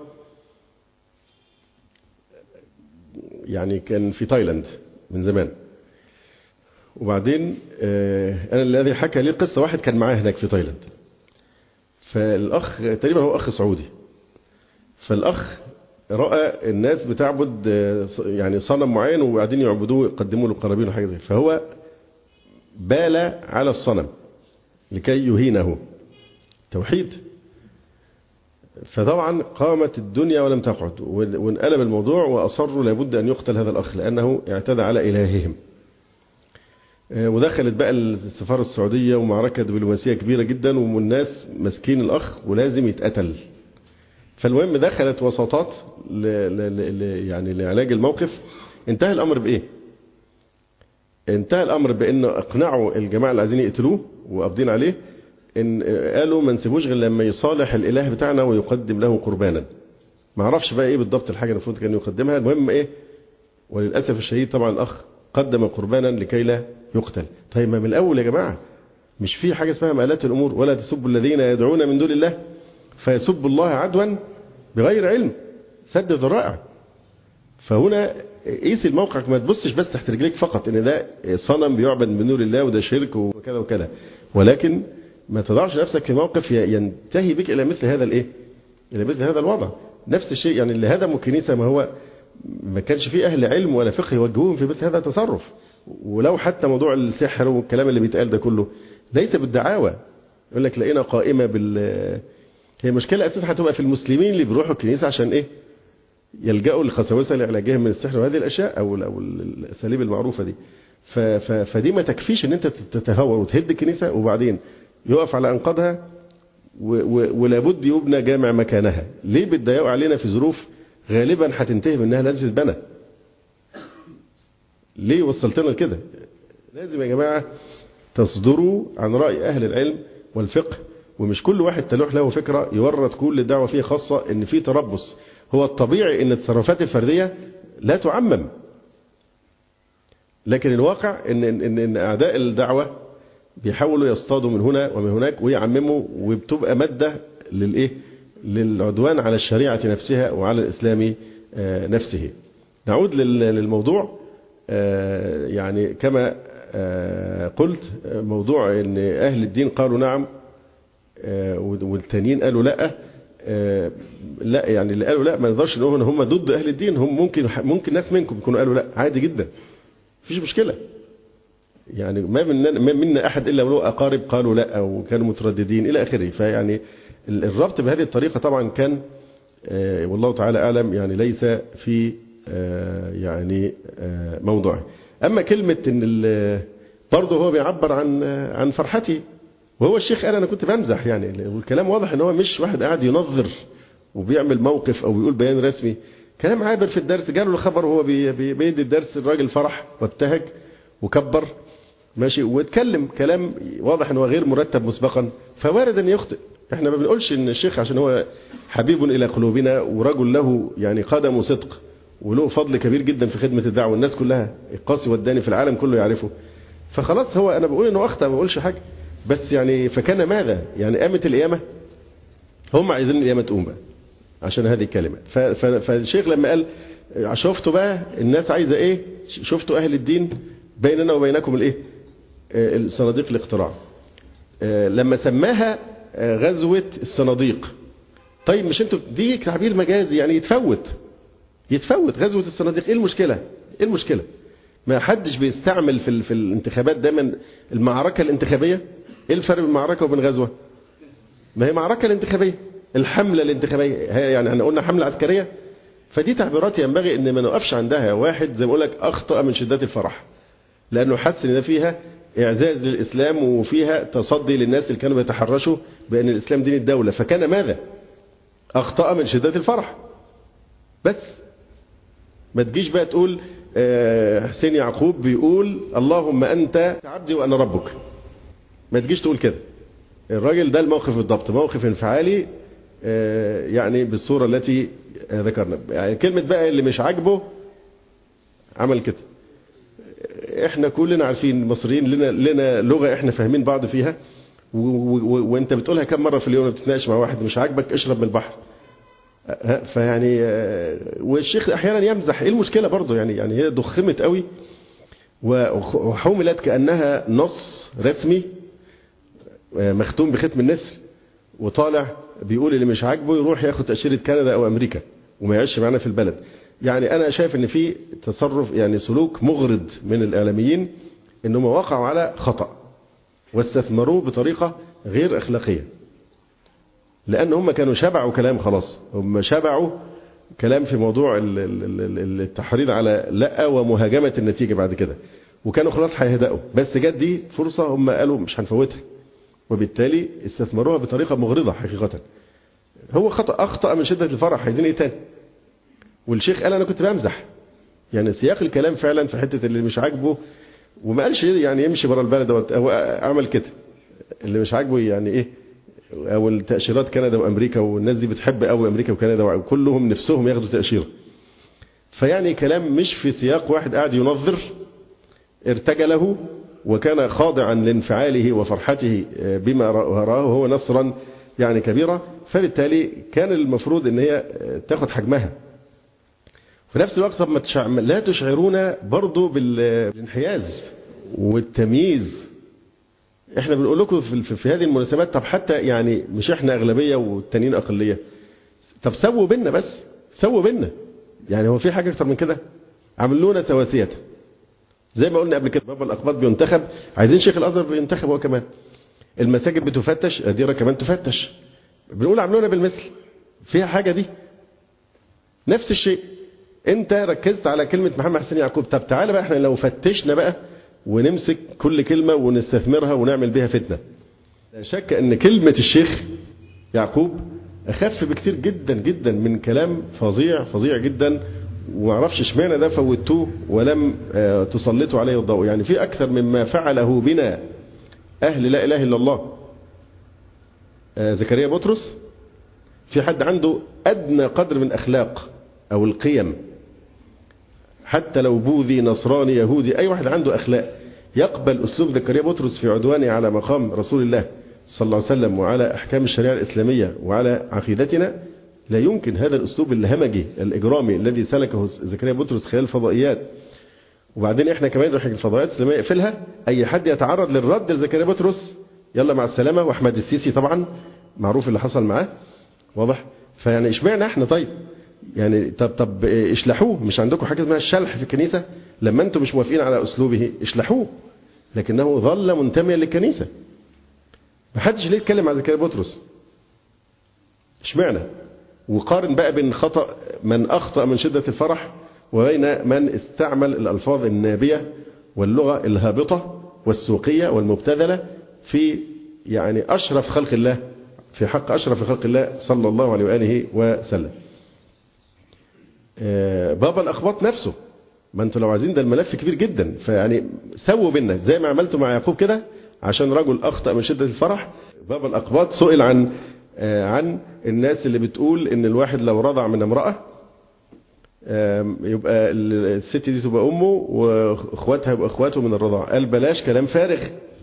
يعني كان في تايلاند من زمان، وبعدين أنا الذي حكى لي القصة واحد كان معاه هناك في تايلاند. فالأخ تقريبا هو أخ سعودي، فالأخ رأى الناس بتعبد يعني صنم معين وبعدين يعبدوه يقدموا له قرابين وحاجة زي، فهو بال على الصنم لكي يهينه توحيد. فطبعا قامت الدنيا ولم تقعد، وانقلب الموضوع وأصروا لابد أن يقتل هذا الأخ لأنه اعتدى على إلههم. ودخلت بقى السفارة السعودية ومعركة دبلوماسية كبيرة جدا، والناس مسكين الأخ ولازم يتقتل. فالمهم دخلت وساطات ل... ل... ل... يعني لعلاج الموقف. انتهى الأمر بإيه؟ انتهى الأمر بأنه أقنعوا الجماعة اللي عايزين يقتلوه وقابضين عليه، إن قالوا ما نسيبوش غير لما يصالح الإله بتاعنا ويقدم له قربانا. ما عرفش بقى إيه بالضبط الحاجة المفروض كان يقدمها. المهم إيه، وللأسف الشديد طبعا الأخ قدم قربانا لكي لا يقتل. طيب ما من الأول يا جماعة مش في حاجة اسمها مآلات الأمور، ولا تسبوا الذين يدعون من دون الله فيسبوا الله عدوا بغير علم، سد ذرائع. فهنا قيس الموقع، ما تبصش بس تحت رجليك فقط ان ده صنم بيعبد من دون الله وده شرك وكذا وكذا، ولكن ما تضعش نفسك في موقف ينتهي بك الى مثل هذا الايه، الى مثل هذا الوضع. نفس الشيء يعني اللي هدموا الكنيسة ما هو ما كانش فيه اهل علم ولا فقه يوجهوهم في مثل هذا التصرف. ولو حتى موضوع السحر والكلام اللي بيتقال ده كله ليس بالدعاوى، يقول لك لقينا قائمة بال هي المشكلة أساسا هتبقى في المسلمين اللي بيروحوا الكنيسة عشان إيه، يلجأوا للخساوسة لعلاجهم من السحر وهذه الأشياء أو أو الأساليب المعروفة دي. فدي ما تكفيش ان انت تتهور وتهد الكنيسة وبعدين يقف على انقاضها ولابد يبنى جامع مكانها. ليه بتضايقوا علينا في ظروف غالبا هتنتهي بانها لازم تتبنى؟ ليه وصلتنا لكده؟ لازم يا جماعة تصدروا عن رأي أهل العلم والفقه، ومش كل واحد تلوح له فكرة يورط كل الدعوة فيه، خاصة ان في تربص. هو الطبيعي ان التصرفات الفردية لا تعمم، لكن الواقع ان, إن, إن أعداء الدعوة بيحاولوا يصطادوا من هنا ومن هناك ويعمموا، وبتبقى مادة للإيه؟ للعدوان على الشريعة نفسها وعلى الإسلام نفسه. نعود للموضوع. يعني كما قلت، موضوع ان أهل الدين قالوا نعم والتانيين قالوا لا. لا يعني اللي قالوا لا ما نقدرش نقول ان هم ضد أهل الدين. هم ممكن ممكن ناس منكم يكونوا قالوا لا عادي جدا، مفيش مشكلة. يعني ما منا ما منا أحد إلا ولو أقارب قالوا لا أو كانوا مترددين إلى آخره. فيعني الربط بهذه الطريقة طبعا كان والله تعالى أعلم يعني ليس في يعني موضوعه. أما كلمة إن برضه هو بيعبر عن عن فرحتي، وهو الشيخ قال أنا كنت بمزح يعني، والكلام واضح إن هو مش واحد قاعد ينظر وبيعمل موقف أو بيقول بيان رسمي. كلام عابر في الدرس، جاله الخبر وهو بيدي الدرس، الراجل فرح وابتهج وكبر ماشي واتكلم كلام واضح انه غير مرتب مسبقا، فوارد ان يخطئ. احنا ما بنقولش ان الشيخ عشان هو حبيب الى قلوبنا ورجل له يعني قدم وصدق وله فضل كبير جدا في خدمة الدعوة والناس كلها القاسي والداني في العالم كله يعرفه، فخلاص هو انا بقول انه اخطأ، ما بقولش حاجة. بس يعني فكان ماذا يعني قامت القيامة، هم عايزين القيامة تقوم بقى عشان هذه الكلمات. فالشيخ لما قال شفتوا بقى الناس عايزة ايه، شفتوا اهل الدين بيننا وبينكم الايه الصناديق الاقتراع، لما سماها غزوة الصناديق. طيب مش انتوا دي تعبير مجازي يعني يتفوت يتفوت غزوة الصناديق، ايه المشكلة؟ ايه المشكلة؟ ما حدش بيستعمل في في الانتخابات دايما المعركة الانتخابية. ايه الفرق بين معركة وبين غزوة؟ ما هي معركة الانتخابية، الحملة الانتخابية هي يعني احنا قلنا حملة عسكرية. فدي تعبيرات ينبغي ان ما نقفش عندها. واحد زي ما بقول لك اخطأ من شدة الفرح لانه حس ان ده فيها اعزاز للاسلام وفيها تصدي للناس اللي كانوا بيتحرشوا بان الاسلام دين الدولة، فكان ماذا؟ اخطأ من شدة الفرح. بس ما تجيش بقى تقول حسين يعقوب بيقول اللهم انت عبدي وانا ربك، ما تجيش تقول كده. الراجل ده الموقف بالضبط موقف انفعالي يعني بالصورة التي ذكرنا. يعني كلمة بقى اللي مش عاجبه عمل كده. احنا كلنا عارفين المصريين لنا لنا لغة احنا فاهمين بعض فيها، وانت بتقولها كم مرة في اليوم بتتناقش مع واحد مش عاجبك اشرب من البحر. فيعني والشيخ احيانا يمزح، ايه المشكلة برضه؟ يعني يعني هي ضخمت قوي وحملت كأنها نص رسمي مختوم بختم النسر، وطالع بيقول اللي مش عاجبه يروح ياخد تأشيرة كندا او امريكا وما يعيش معنا في البلد. يعني انا شايف ان في تصرف يعني سلوك مغرض من الاعلاميين انهم وقعوا على خطأ واستثمروه بطريقة غير اخلاقية، لان هم كانوا شبعوا كلام خلاص، هم شبعوا كلام في موضوع التحريض على لا ومهاجمة النتيجة بعد كده، وكانوا خلاص هيهدأوا. بس جت دي فرصة هم قالوا مش هنفوتها، وبالتالي استثمروها بطريقة مغرضة حقيقة. هو خطأ أخطأ من شدة الفرح، عايزين ايه تاني؟ والشيخ قال انا كنت بمزح. يعني سياق الكلام فعلا في حتة اللي مش عاجبه، وما قالش يعني يمشي برا البلد، هو عمل كده اللي مش عاجبه يعني ايه، او التأشيرات كندا وامريكا والناس دي بتحب قوي امريكا وكندا وكلهم نفسهم ياخدوا تأشيرة. فيعني كلام مش في سياق واحد قاعد ينظر ارتجله وكان خاضعا لانفعاله وفرحته بما رآه هو نصرا يعني كبيرا، فبالتالي كان المفروض ان هي تاخد حجمها. في نفس الوقت طب ما لا تشعرونا برضو بالانحياز والتمييز. احنا بنقول لكم في, في هذه المناسبات طب حتى يعني مش احنا اغلبية والتانيين اقلية، طب سووا بينا، بس سووا بينا. يعني هو في حاجة اكتر من كده؟ عملونا سواسية زي ما قلنا قبل كده. بابا الأقباط بينتخب، عايزين شيخ الأزهر بينتخب هو كمان. المساجد بتفتش، أديرة كمان تفتش. بنقول عملونا بالمثل، فيها حاجة دي؟ نفس الشيء. انت ركزت على كلمة محمد حسين يعقوب، طب تعالى بقى احنا لو فتشنا بقى ونمسك كل كلمة ونستثمرها ونعمل بها فتنة. لا شك أن كلمة الشيخ يعقوب أخف بكتير جدا جدا من كلام فظيع فظيع جدا، ومعرفش اشمعنى ده فوتوه ولم تسلطوا عليه الضوء. يعني في أكثر مما فعله بنا أهل لا إله إلا الله زكريا بطرس، في حد عنده أدنى قدر من أخلاق أو القيم، حتى لو بوذي نصراني يهودي، أي واحد عنده أخلاق يقبل أسلوب زكريا بطرس في عدوانه على مقام رسول الله صلى الله عليه وسلم وعلى أحكام الشريعة الإسلامية وعلى عقيدتنا. لا يمكن هذا الأسلوب الهمجي الإجرامي الذي سلكه زكريا بطرس خلال الفضائيات. وبعدين إحنا كمان نروح الفضائيات الإسلامية يقفلها، أي حد يتعرض للرد لزكريا بطرس يلا مع السلامة. وأحمد السيسي طبعا معروف اللي حصل معاه، واضح. فيعني إشمعنا إحنا طيب؟ يعني طب طب اشلحوه. مش عندكم حاجة اسمها الشلح في الكنيسة؟ لما أنتم مش موافقين على أسلوبه اشلحوه، لكنه ظل منتميا للكنيسة. محدش ليه يتكلم عن زكريا بطرس؟ اشمعنا؟ وقارن بقى بين خطأ من أخطأ من شدة الفرح وبين من استعمل الألفاظ النابية واللغة الهابطة والسوقية والمبتذلة في يعني أشرف خلق الله، في حق أشرف خلق الله صلى الله عليه وآله وسلم. بابا الأخباط نفسه، ما انتوا لو عايزين ده الملف كبير جدا، فيعني سووا بينا زي ما عملتوا مع يعقوب كده عشان رجل أخطأ من شدة الفرح. بابا الأخباط سئل عن عن الناس اللي بتقول ان الواحد لو رضع من امرأة يبقى الست دي تبقى امه واخواتها يبقى اخواته من الرضاعة. قال بلاش كلام فارغ،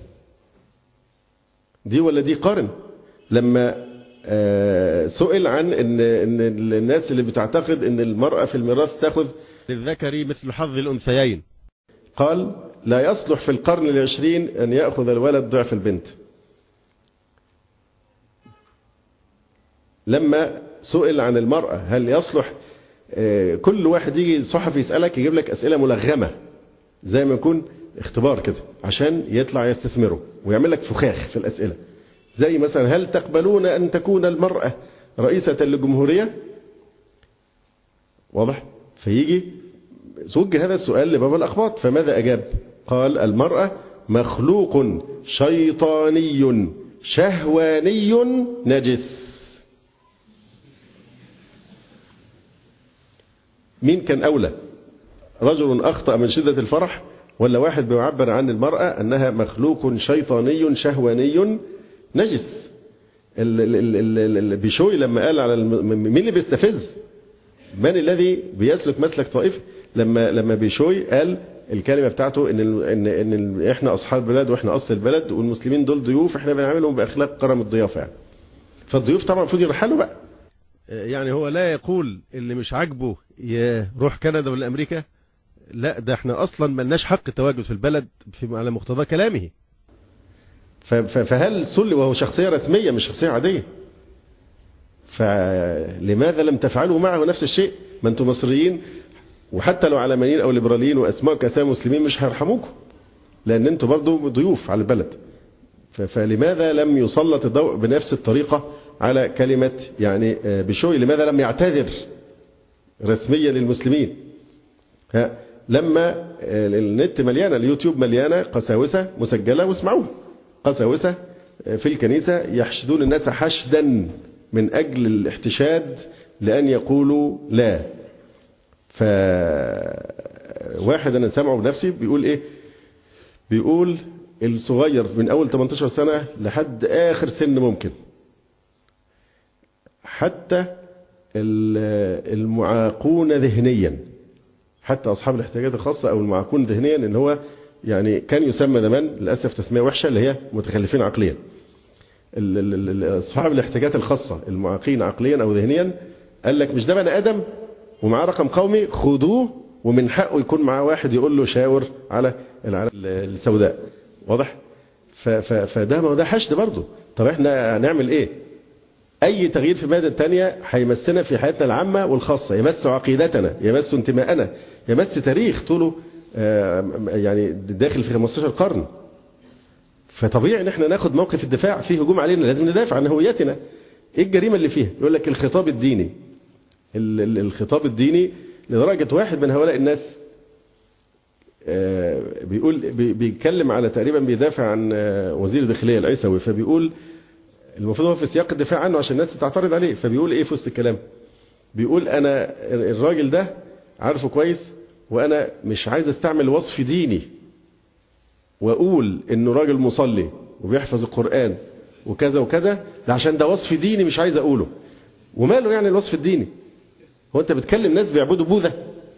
دي ولا دي قارن. لما سئل عن ان ان الناس اللي بتعتقد ان المرأة في الميراث تاخذ للذكر مثل حظ الانثيين، قال لا يصلح في القرن العشرين ان يأخذ الولد ضعف البنت. لما سئل عن المرأة هل يصلح، كل واحد يجي صحفي يسألك يجيب لك أسئلة ملغمة زي ما يكون اختبار كده عشان يطلع يستثمره ويعمل لك فخاخ في الأسئلة، زي مثلا هل تقبلون أن تكون المرأة رئيسة للجمهورية؟ واضح؟ فيجي زوج هذا السؤال لبابا الأخباط، فماذا أجاب؟ قال المرأة مخلوق شيطاني شهواني نجس. مين كان أولى؟ رجل أخطأ من شدة الفرح ولا واحد بيعبر عن المرأة أنها مخلوق شيطاني شهواني نجس؟ بيشوي لما قال على مين اللي بيستفز؟ من الذي بيسلك مسلك طائفي؟ لما لما بيشوي قال الكلمة بتاعته إن إن إن إحنا أصحاب البلد وإحنا أصل البلد والمسلمين دول ضيوف، إحنا بنعاملهم بأخلاق كرم الضيافة يعني. فالضيوف طبعا المفروض يرحلوا بقى. يعني هو لا يقول اللي مش عاجبه يروح كندا ولا أمريكا، لا ده احنا أصلا ملناش حق التواجد في البلد في على مقتضى كلامه. فهل سلي وهو شخصية رسمية مش شخصية عادية؟ فلماذا لم تفعلوا معه نفس الشيء؟ ما انتم مصريين، وحتى لو علمانيين أو ليبراليين وأسماء كأسامي مسلمين مش هيرحموكم، لأن انتم برضو ضيوف على البلد. فلماذا لم يسلط الضوء بنفس الطريقة على كلمة يعني بشوي؟ لماذا لم يعتذر رسميا للمسلمين؟ ها لما النت مليانة، اليوتيوب مليانة قساوسة مسجلة واسمعوها، قساوسة في الكنيسة يحشدون الناس حشدا من أجل الاحتشاد لأن يقولوا لا. فواحد أنا سامعه بنفسي بيقول إيه؟ بيقول الصغير من أول ثمانية عشر سنة لحد آخر سن ممكن، حتى المعاقون ذهنيا، حتى أصحاب الاحتياجات الخاصة أو المعاقون ذهنيا، إن هو يعني كان يسمى زمان للأسف تسمية وحشة اللي هي متخلفين عقليا. أصحاب الاحتياجات الخاصة المعاقين عقليا أو ذهنيا قال لك مش ده بني آدم ومعاه رقم قومي، خدوه ومن حقه يكون معاه واحد يقول له شاور على العلامة السوداء. واضح؟ فده ما ده حشد برضه. طب احنا هنعمل ايه؟ أي تغيير في المادة الثانية هيمسنا في حياتنا العامة والخاصة، يمس عقيدتنا، يمس انتماءنا، يمس تاريخ طوله يعني داخل في خمستاشر قرن. فطبيعي ان احنا ناخد موقف الدفاع، فيه هجوم علينا لازم ندافع عن هويتنا. ايه الجريمة اللي فيها؟ يقول لك الخطاب الديني، الخطاب الديني لدرجة واحد من هؤلاء الناس بيقول بيتكلم على تقريبا بيدافع عن وزير الداخلية العيسوي، فبيقول المفروض هو في سياق الدفاع عنه عشان الناس تعترض عليه، فبيقول ايه في وسط الكلام؟ بيقول انا الراجل ده عارفه كويس، وانا مش عايز استعمل وصف ديني واقول انه راجل مصلي وبيحفظ القرآن وكذا وكذا، عشان ده وصف ديني مش عايز اقوله. وماله يعني الوصف الديني؟ هو انت بتكلم ناس بيعبدوا بوذا؟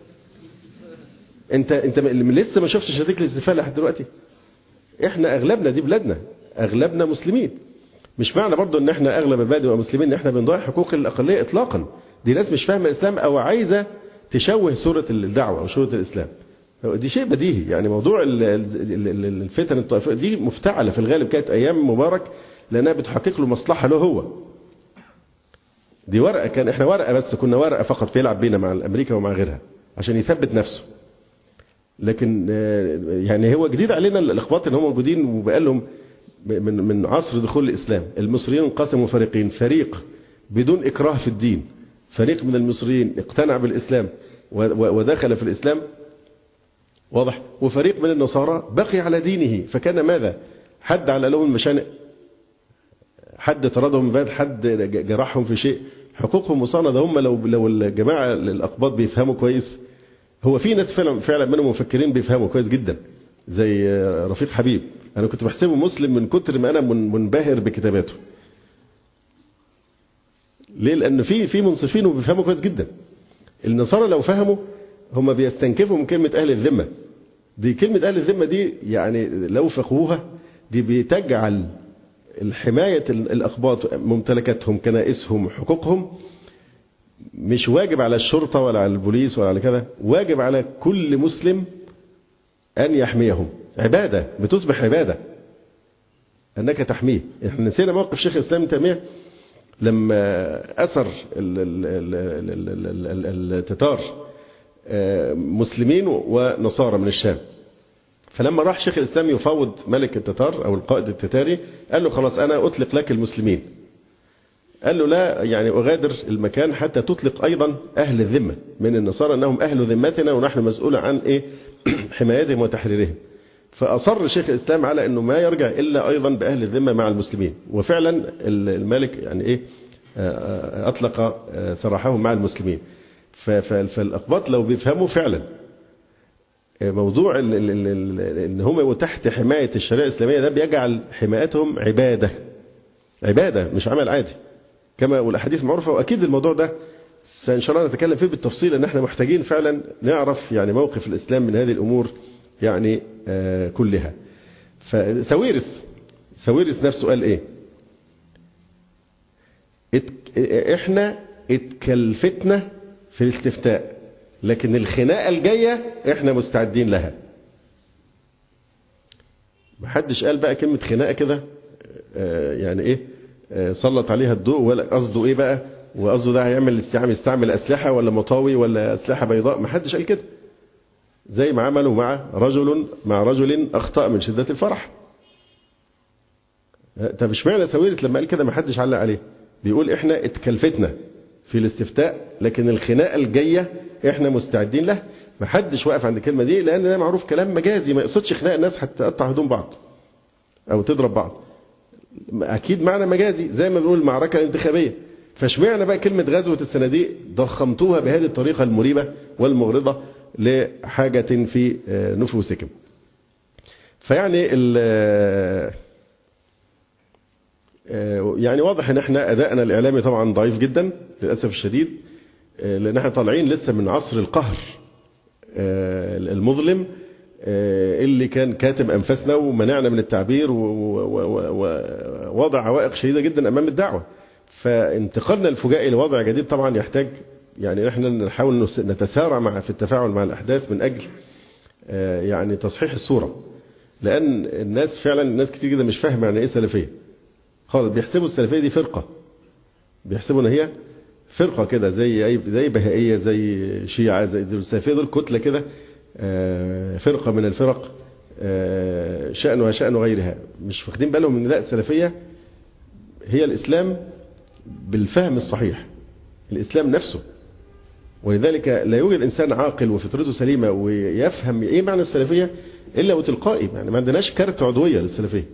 انت انت لسه ما شفتش نتيجه الاستفاء لحد دلوقتي؟ احنا اغلبنا دي بلادنا اغلبنا مسلمين. مش معنى برضو ان احنا اغلب البلد ومسلمين ان احنا بنضيع حقوق الاقليه اطلاقا. دي ناس مش فاهمه الاسلام او عايزه تشوه صوره الدعوه او صوره الاسلام. دي شيء بديهي. يعني موضوع الفتن الطائفيه دي مفتعله في الغالب، كانت ايام مبارك لانها بتحقق له مصلحه له هو. دي ورقه، كان احنا ورقه بس، كنا ورقه فقط بيلعب بينا مع امريكا ومع غيرها عشان يثبت نفسه. لكن يعني هو جديد علينا الاخباط ان هم موجودين وبقالهم من من عصر دخول الاسلام. المصريين انقسموا فريقين، فريق بدون اكراه في الدين، فريق من المصريين اقتنع بالاسلام ودخل في الاسلام، واضح، وفريق من النصارى بقي على دينه. فكان ماذا؟ حد على لهم المشانق، حد طردهم من بلد، حد جرحهم في شيء، حقوقهم مصانده. هم لو لو الجماعه الاقباط بيفهموا كويس، هو في ناس فعلا فعلا منهم مفكرين بيفهموا كويس جدا زي رفيق حبيب. انا كنت بحسبه مسلم من كتر ما انا منبهر بكتاباته. ليه؟ لان في في منصفين وبيفهموا كويس جدا. النصارى لو فهموا هم بيستنكفوا من كلمه اهل الذمه. دي كلمه اهل الذمه دي يعني لو فقهوها دي بتجعل الحمايه الاقباط ممتلكاتهم كنائسهم حقوقهم مش واجب على الشرطه ولا على البوليس ولا على كذا، واجب على كل مسلم أن يحميهم. عبادة، بتصبح عبادة أنك تحميه. احنا نسينا موقف شيخ الإسلام ابن تيمية لما أثر التتار مسلمين ونصارى من الشام. فلما راح شيخ الإسلام يفاوض ملك التتار أو القائد التتاري، قال له خلاص أنا أطلق لك المسلمين. قال له لا، يعني أغادر المكان حتى تطلق أيضا أهل الذمة من النصارى أنهم أهل ذمتنا ونحن مسؤول عن إيه حمايتهم وتحريرهم. فأصر شيخ الإسلام على أنه ما يرجع إلا أيضا بأهل الذمة مع المسلمين. وفعلا الملك يعني إيه أطلق سراحهم مع المسلمين. فالأقباط لو بيفهموا فعلا موضوع ان هم تحت حماية الشريعة الإسلامية، ده بيجعل حمايتهم عبادة، عبادة مش عمل عادي كما والأحاديث معروفة. وأكيد الموضوع ده فإن شاء الله نتكلم فيه بالتفصيل، أن احنا محتاجين فعلا نعرف يعني موقف الإسلام من هذه الأمور يعني آه كلها. فسويرس سويرس نفسه قال إيه؟ ات احنا اتكلفتنا في الاستفتاء، لكن الخناقة الجاية احنا مستعدين لها. محدش قال بقى كلمة خناقة كده آه يعني ايه آه سلط عليها الضوء، ولا قصده ايه بقى، وقصده ده هيعمل استعمل يستعمل اسلحة ولا مطاوي ولا اسلحة بيضاء. محدش قال كده، زي ما عملوا مع رجل مع رجل اخطأ من شدة الفرح. طب اشمعنى سويرس لما قال كده محدش علق عليه؟ بيقول احنا اتكلفتنا في الاستفتاء، لكن الخناقة الجاية احنا مستعدين له. محدش واقف عند الكلمة دي، لان ده معروف كلام مجازي، ما يقصدش خناق الناس حتى تقطع هدوم بعض او تضرب بعض. اكيد معنى مجازي زي ما بنقول المعركة الانتخابية. فاشمعنى بقى كلمة غزوة الصناديق ضخمتوها بهذه الطريقة المريبة والمغرضة لحاجة في نفوسكم؟ فيعني يعني واضح ان احنا ادائنا الاعلامي طبعا ضعيف جدا للاسف الشديد، لان احنا طالعين لسه من عصر القهر المظلم اللي كان كاتم انفاسنا ومنعنا من التعبير ووضع عوائق شديدة جدا امام الدعوة. فانتقالنا الفجائي لوضع جديد طبعا يحتاج يعني احنا نحاول نتسارع مع في التفاعل مع الاحداث من اجل يعني تصحيح الصورة. لان الناس فعلا الناس كتير جدا مش فاهمه يعني ايه سلفية خالص. بيحسبوا السلفية دي فرقة، بيحسبوا ان هي فرقة كده زي اي زي بهائية زي شيعة، زي السلفية دول كتلة كده فرقة من الفرق شأنها شأن غيرها. مش واخدين بالهم ان لا، السلفية هي الإسلام بالفهم الصحيح، الإسلام نفسه ولذلك لا يوجد إنسان عاقل وفطرته سليمة ويفهم إيه معنى السلفية إلا وتلقائي. يعني ما عندناش كارت عضوية للسلفية.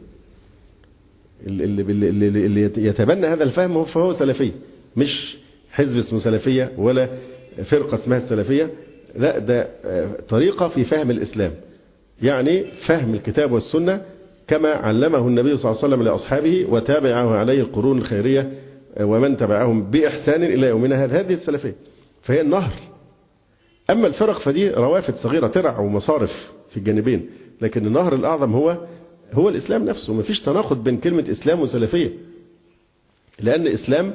اللي, اللي, اللي يتبنى هذا الفهم فهو سلفي، مش حزب اسمه سلفية ولا فرقة اسمها السلفية. لا، ده طريقة في فهم الإسلام، يعني فهم الكتاب والسنة كما علمه النبي صلى الله عليه وسلم لأصحابه وتابعه عليه القرون الخيرية ومن تبعهم بإحسان إلى يومنا هذا. هذه السلفية، فهي النهر. أما الفرق فدي روافد صغيرة ترع ومصارف في الجانبين، لكن النهر الأعظم هو هو الإسلام نفسه. ما فيش تناقض بين كلمة إسلام وسلفية، لأن الإسلام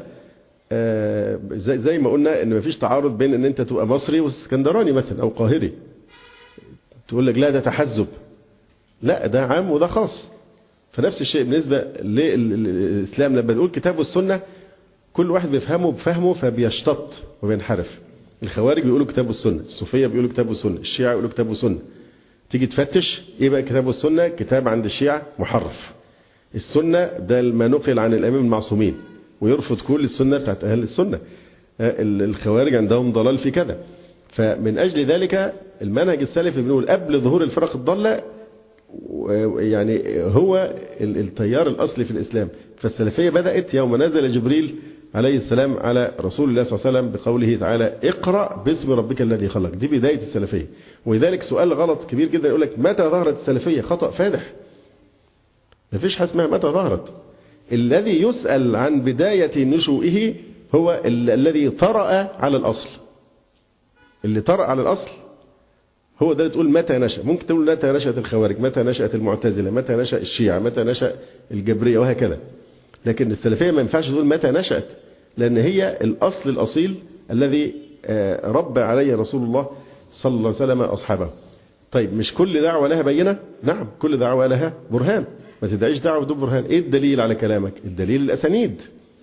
زي, زي ما قلنا إن ما فيش تعارض بين إن أنت تبقى مصري واسكندراني مثلا أو قاهري. تقول لك لا ده تحزب، لا ده عام وده خاص. فنفس الشيء بالنسبة للإسلام، لما نقول كتاب والسنة كل واحد بيفهمه بفهمه فبيشتط وبينحرف. الخوارج بيقولوا كتاب والسنة، الصوفية بيقولوا كتاب والسنة، الشيعة يقولوا كتاب والسنة. تيجي تفتش ايه بقى كتاب والسنة؟ كتاب عند الشيعة محرف، السنة ده ما نقل عن الأئمة المعصومين ويرفض كل السنة بتاعت أهل السنة. الخوارج عندهم ضلال في كذا. فمن أجل ذلك المنهج السلفي بنقول قبل ظهور الفرق الضالة يعني هو التيار الأصلي في الإسلام. فالسلفية بدأت يوم نزل جبريل عليه السلام على رسول الله صلى الله عليه وسلم بقوله تعالى اقرأ باسم ربك الذي خلق. دي بداية السلفية. ولذلك سؤال غلط كبير جدا يقول لك متى ظهرت السلفية؟ خطأ فادح. ما فيش حاجة اسمها متى ظهرت. الذي يسأل عن بداية نشوئه هو ال الذي طرأ على الأصل. اللي طرأ على الأصل هو ده اللي تقول متى نشأ. ممكن تقول متى نشأت الخوارج، متى نشأت المعتزلة، متى نشأ الشيعة، متى نشأ الجبرية وهكذا. لكن السلفية ما ينفعش تقول متى نشأت، لأن هي الأصل الأصيل الذي ربى عليه رسول الله صلى الله عليه وسلم أصحابه. طيب مش كل دعوة لها بينة؟ نعم كل دعوة لها برهان. ما تدعيش دعوة بدون برهان. ايه الدليل على كلامك؟ الدليل الأسانيد.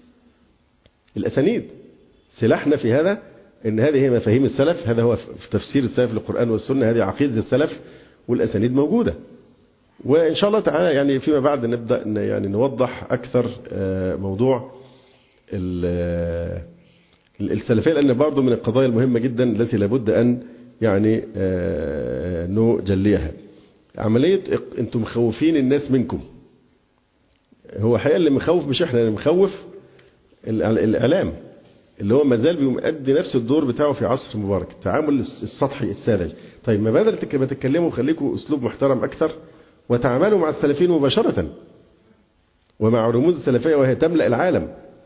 الأسانيد سلاحنا في هذا، ان هذه هي مفاهيم السلف، هذا هو في تفسير السلف للقرآن والسنة، هذه عقيدة السلف والأسانيد موجودة. وإن شاء الله تعالى يعني فيما بعد نبدأ يعني نوضح أكثر موضوع السلفية، لأن برضو من القضايا المهمة جدا التي لابد أن يعني نجليها. عملية أنتم مخوفين الناس منكم. هو حقيقة اللي مخوف مش إحنا، اللي مخوف الإعلام اللي هو مازال بيؤدي نفس الدور بتاعه في عصر مبارك، التعامل السطحي الساذج. طيب ما بدل ما تتكلموا خليكم أسلوب محترم أكثر وتعاملوا مع السلفيين مباشرة ومع رموز السلفية وهي تملأ العالم.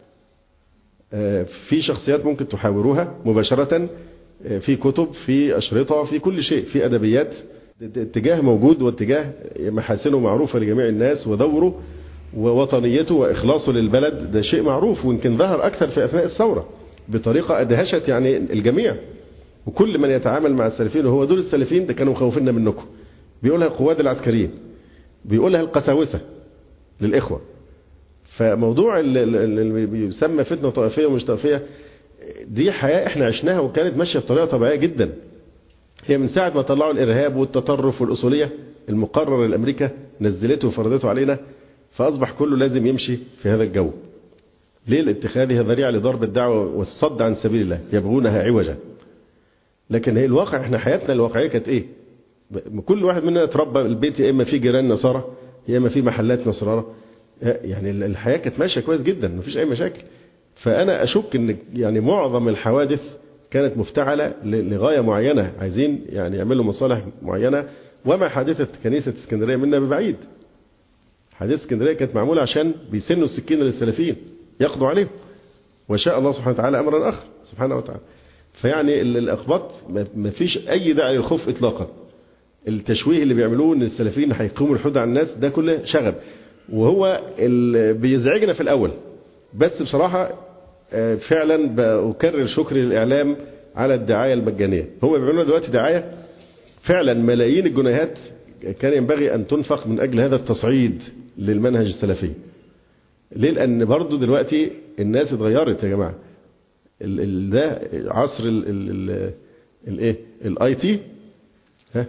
في شخصيات ممكن تحاوروها مباشرة، في كتب، في أشرطة، في كل شيء، في أدبيات. اتجاه موجود واتجاه محاسنه معروفة لجميع الناس، ودوره ووطنيته وإخلاصه للبلد ده شيء معروف، ويمكن ظهر أكثر في أثناء الثورة بطريقة أدهشت يعني الجميع. وكل من يتعامل مع السلفيين وهو دول السلفيين ده كانوا مخوفيننا منكم. بيقولها القواد العسكريين، بيقولها القساوسة للإخوة. فموضوع اللي بيسمى فتنة طائفية ومش طائفية دي حياة احنا عشناها وكانت ماشية بطريقة طبيعية جدا. هي من ساعة ما طلعوا الإرهاب والتطرف والأصولية المقرر الأمريكا نزلته وفرضته علينا، فأصبح كله لازم يمشي في هذا الجو. ليه؟ لاتخاذها ذريعة لضرب الدعوة والصد عن سبيل الله، يبغونها عوجا. لكن هي الواقع، احنا حياتنا الواقعية كانت ايه؟ كل واحد مننا اتربى البيت يا اما في جيران نصارى يا اما في محلات نصارى. يعني الحياة كانت ماشية كويس جدا، مفيش اي مشاكل. فانا اشك ان يعني معظم الحوادث كانت مفتعلة لغاية معينة، عايزين يعني يعملوا مصالح معينة. وما حادثة كنيسة اسكندرية منا ببعيد. حادثة اسكندرية كانت معمولة عشان بيسنوا السكين للسلفيين يقضوا عليهم، وشاء الله سبحانه وتعالى أمرا آخر سبحانه وتعالى. فيعني الأخباط ما فيش أي داعي للخوف إطلاقا. التشويه اللي بيعملوه ان السلفيين هيقوموا الحدود عن الناس ده كله شغب، وهو اللي بيزعجنا في الأول. بس بصراحة فعلا بأكرر شكري للإعلام على الدعاية المجانية. هو بيعملوا دلوقتي دعاية فعلا ملايين الجنيهات كان ينبغي أن تنفق من أجل هذا التصعيد للمنهج السلفي. ليه؟ لأن برضو دلوقتي الناس اتغيرت يا جماعة. ال ال ده عصر الايه الاي تي، ها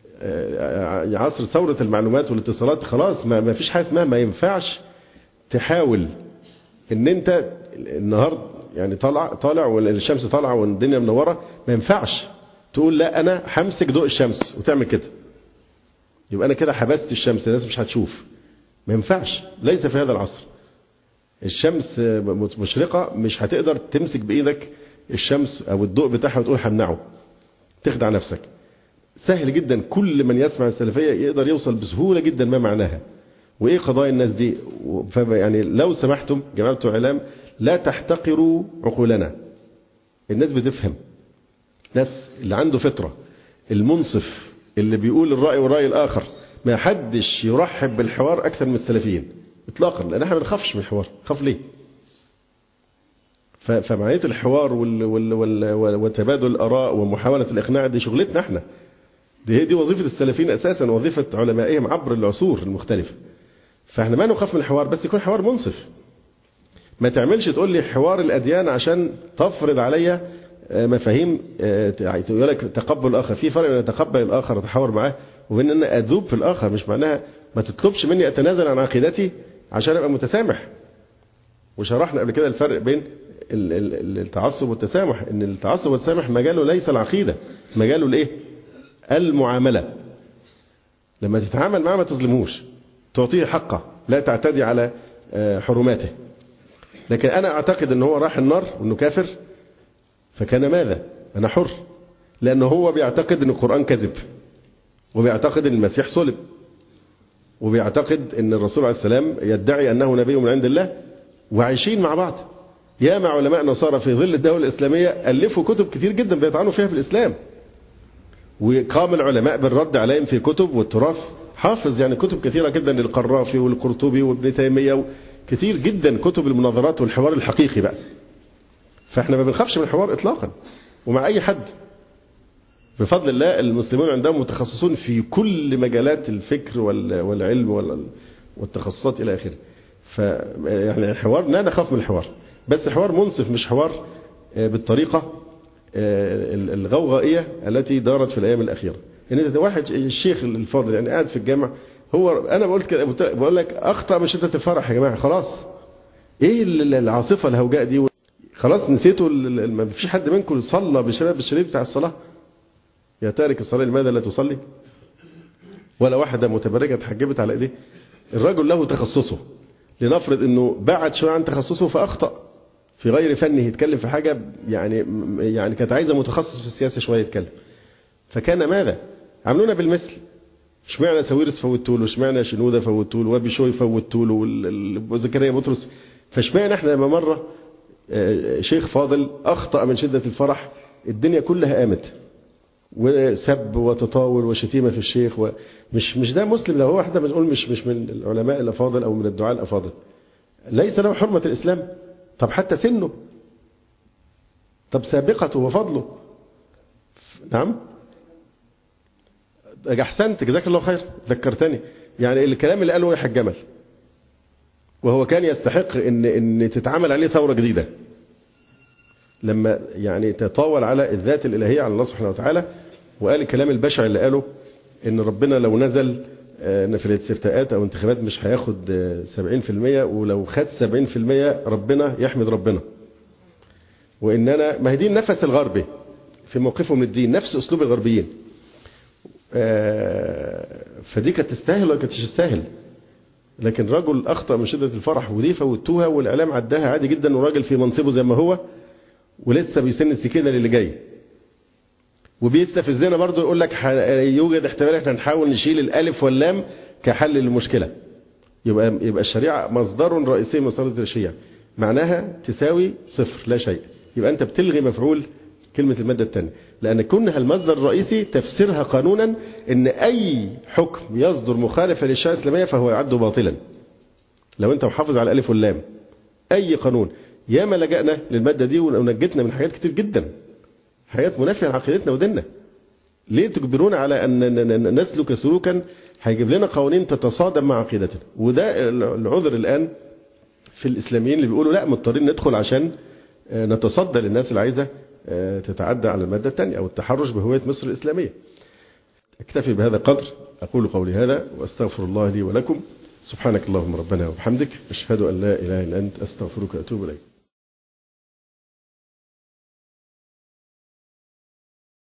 عصر ثورة المعلومات والاتصالات. خلاص ما, ما فيش حاجة اسمها ما ينفعش تحاول ان انت النهارده يعني طالع طالع والشمس طالعه والدنيا منوره، ما ينفعش تقول لا انا همسك ضوء الشمس وتعمل كده، يبقى انا كده حبست الشمس، الناس مش هتشوف. ما ينفعش، ليس في هذا العصر. الشمس مشرقه، مش هتقدر تمسك بايدك الشمس او الضوء بتاعها وتقول همنعه، تخدع نفسك. سهل جدا، كل من يسمع السلفيه يقدر يوصل بسهوله جدا ما معناها وايه قضايا الناس دي. يعني لو سمحتم جماعه الاعلام لا تحتقروا عقولنا. الناس بتفهم، ناس اللي عنده فطره، المنصف اللي بيقول الراي والراي الاخر. ما حدش يرحب بالحوار اكثر من السلفيين اطلاقا، لان احنا ما بنخافش من الحوار. خاف ليه؟ فمعيه الحوار وال وال وال وتبادل الاراء ومحاوله الاقناع دي شغلتنا احنا. دي دي وظيفه السلفيين اساسا، وظيفه علمائهم عبر العصور المختلفه. فاحنا ما نخاف من الحوار، بس يكون حوار منصف. ما تعملش تقول لي حوار الاديان عشان تفرض عليا مفاهيم، تقول لك تقبل الاخر. في فرق بين اتقبل الاخر واتحاور معاه وبين ان انا اذوب في الاخر. مش معناها ما تطلبش مني اتنازل عن عقيدتي عشان ابقى متسامح. وشرحنا قبل كده الفرق بين التعصب والتسامح، ان التعصب والتسامح مجاله ليس العقيده، مجاله الايه؟ المعامله. لما تتعامل معاه ما تظلموش، تعطيه حقه، لا تعتدي على حرماته. لكن انا اعتقد ان هو راح النار وانه كافر، فكان ماذا؟ انا حر، لانه هو بيعتقد ان القرآن كذب، وبيعتقد ان المسيح صلب، وبيعتقد ان الرسول عليه السلام يدعي انه نبي من عند الله، وعايشين مع بعض. يا مع علماء نصارى في ظل الدولة الإسلامية ألفوا كتب كتير جدا بيطعنوا فيها في الإسلام، وقام العلماء بالرد عليهم في كتب. والتراث حافظ يعني كتب كثيرة جدا للقرافي والقرطبي وابن تيمية، كتير جدا كتب المناظرات والحوار الحقيقي بقى. فاحنا ما بنخافش من الحوار اطلاقا، ومع اي حد بفضل الله. المسلمون عندهم متخصصون في كل مجالات الفكر والعلم والتخصصات الى اخره. فيعني الحوار لا نخاف من الحوار، بس حوار منصف، مش حوار بالطريقه الغوغائيه التي دارت في الايام الاخيره. يعني ده واحد الشيخ الفاضل يعني قاعد في الجامع، هو انا بقول كده، بقول لك اخطا من شده الفرح يا جماعه. خلاص ايه العاصفه الهوجاء دي؟ خلاص نسيتوا؟ ما فيش حد منكم صلى بشباب الشريط بتاع الصلاه؟ يا تارك الصلاه لماذا لا تصلي؟ ولا واحده متبرجه اتحجبت على ايديه. الرجل له تخصصه، لنفرض انه بعد شويه عن تخصصه فاخطا في غير فنه، يتكلم في حاجه يعني يعني كانت عايزه متخصص في السياسه شويه يتكلم، فكان ماذا؟ عملونا بالمثل. اشمعنى ساويرس فوتوا له، اشمعنى شنوده فوتوا له، وبشوي فوتوا له، وزكريا بطرس. فاشمعنى احنا لما مره شيخ فاضل اخطا من شده الفرح الدنيا كلها قامت وسب وتطاول وشتيمه في الشيخ؟ ومش مش ده مسلم؟ لو هو واحده بنقول مش مش من العلماء الافاضل او من الدعاء الافاضل، ليس له حرمه الاسلام. طب حتى سنه، طب سابقته وفضله. نعم احسنت، جزاك الله خير، ذكرتني. يعني الكلام اللي قاله يحيى الجمل، وهو كان يستحق ان ان تتعمل عليه ثوره جديده، لما يعني تطاول على الذات الالهيه على الله سبحانه وتعالى، وقال الكلام البشع اللي قاله ان ربنا لو نزل في الاستفتاءات او انتخابات مش هياخد سبعين في المية، ولو خد سبعين في المية ربنا يحمد ربنا. وان انا ما هي دي النفس الغربي في موقفه من الدين، نفس اسلوب الغربيين. فدي كانت تستاهل ولا كانت تستاهل؟ لكن رجل اخطا من شده الفرح ودي فوتوها، والاعلام عداها عادي جدا، وراجل في منصبه زي ما هو ولسه بيسن السكينه للي جاي، وبيستفزنا برضه يقول لك يوجد احتمال احنا نحاول نشيل الالف واللام كحل للمشكله. يبقى يبقى الشريعه مصدر رئيسي من مصادر الشريعه، معناها تساوي صفر لا شيء. يبقى انت بتلغي مفعول كلمه الماده الثانيه، لان كونها المصدر الرئيسي تفسيرها قانونا ان اي حكم يصدر مخالفه للشريعه الاسلاميه فهو يعد باطلا. لو انت محافظ على الالف واللام اي قانون، ياما لجأنا للماده دي ونجتنا من حاجات كتير جدا، حاجات منافيه لعقيدتنا وديننا. ليه تجبرونا على ان نسلك سلوكا هيجيب لنا قوانين تتصادم مع عقيدتنا؟ وده العذر الان في الاسلاميين اللي بيقولوا لا مضطرين ندخل عشان نتصدى للناس اللي عايزه تتعدى على الماده الثانيه او التحرش بهويه مصر الاسلاميه. اكتفي بهذا القدر، اقول قولي هذا واستغفر الله لي ولكم. سبحانك اللهم ربنا وبحمدك، اشهد ان لا اله الا انت، استغفرك واتوب اليك.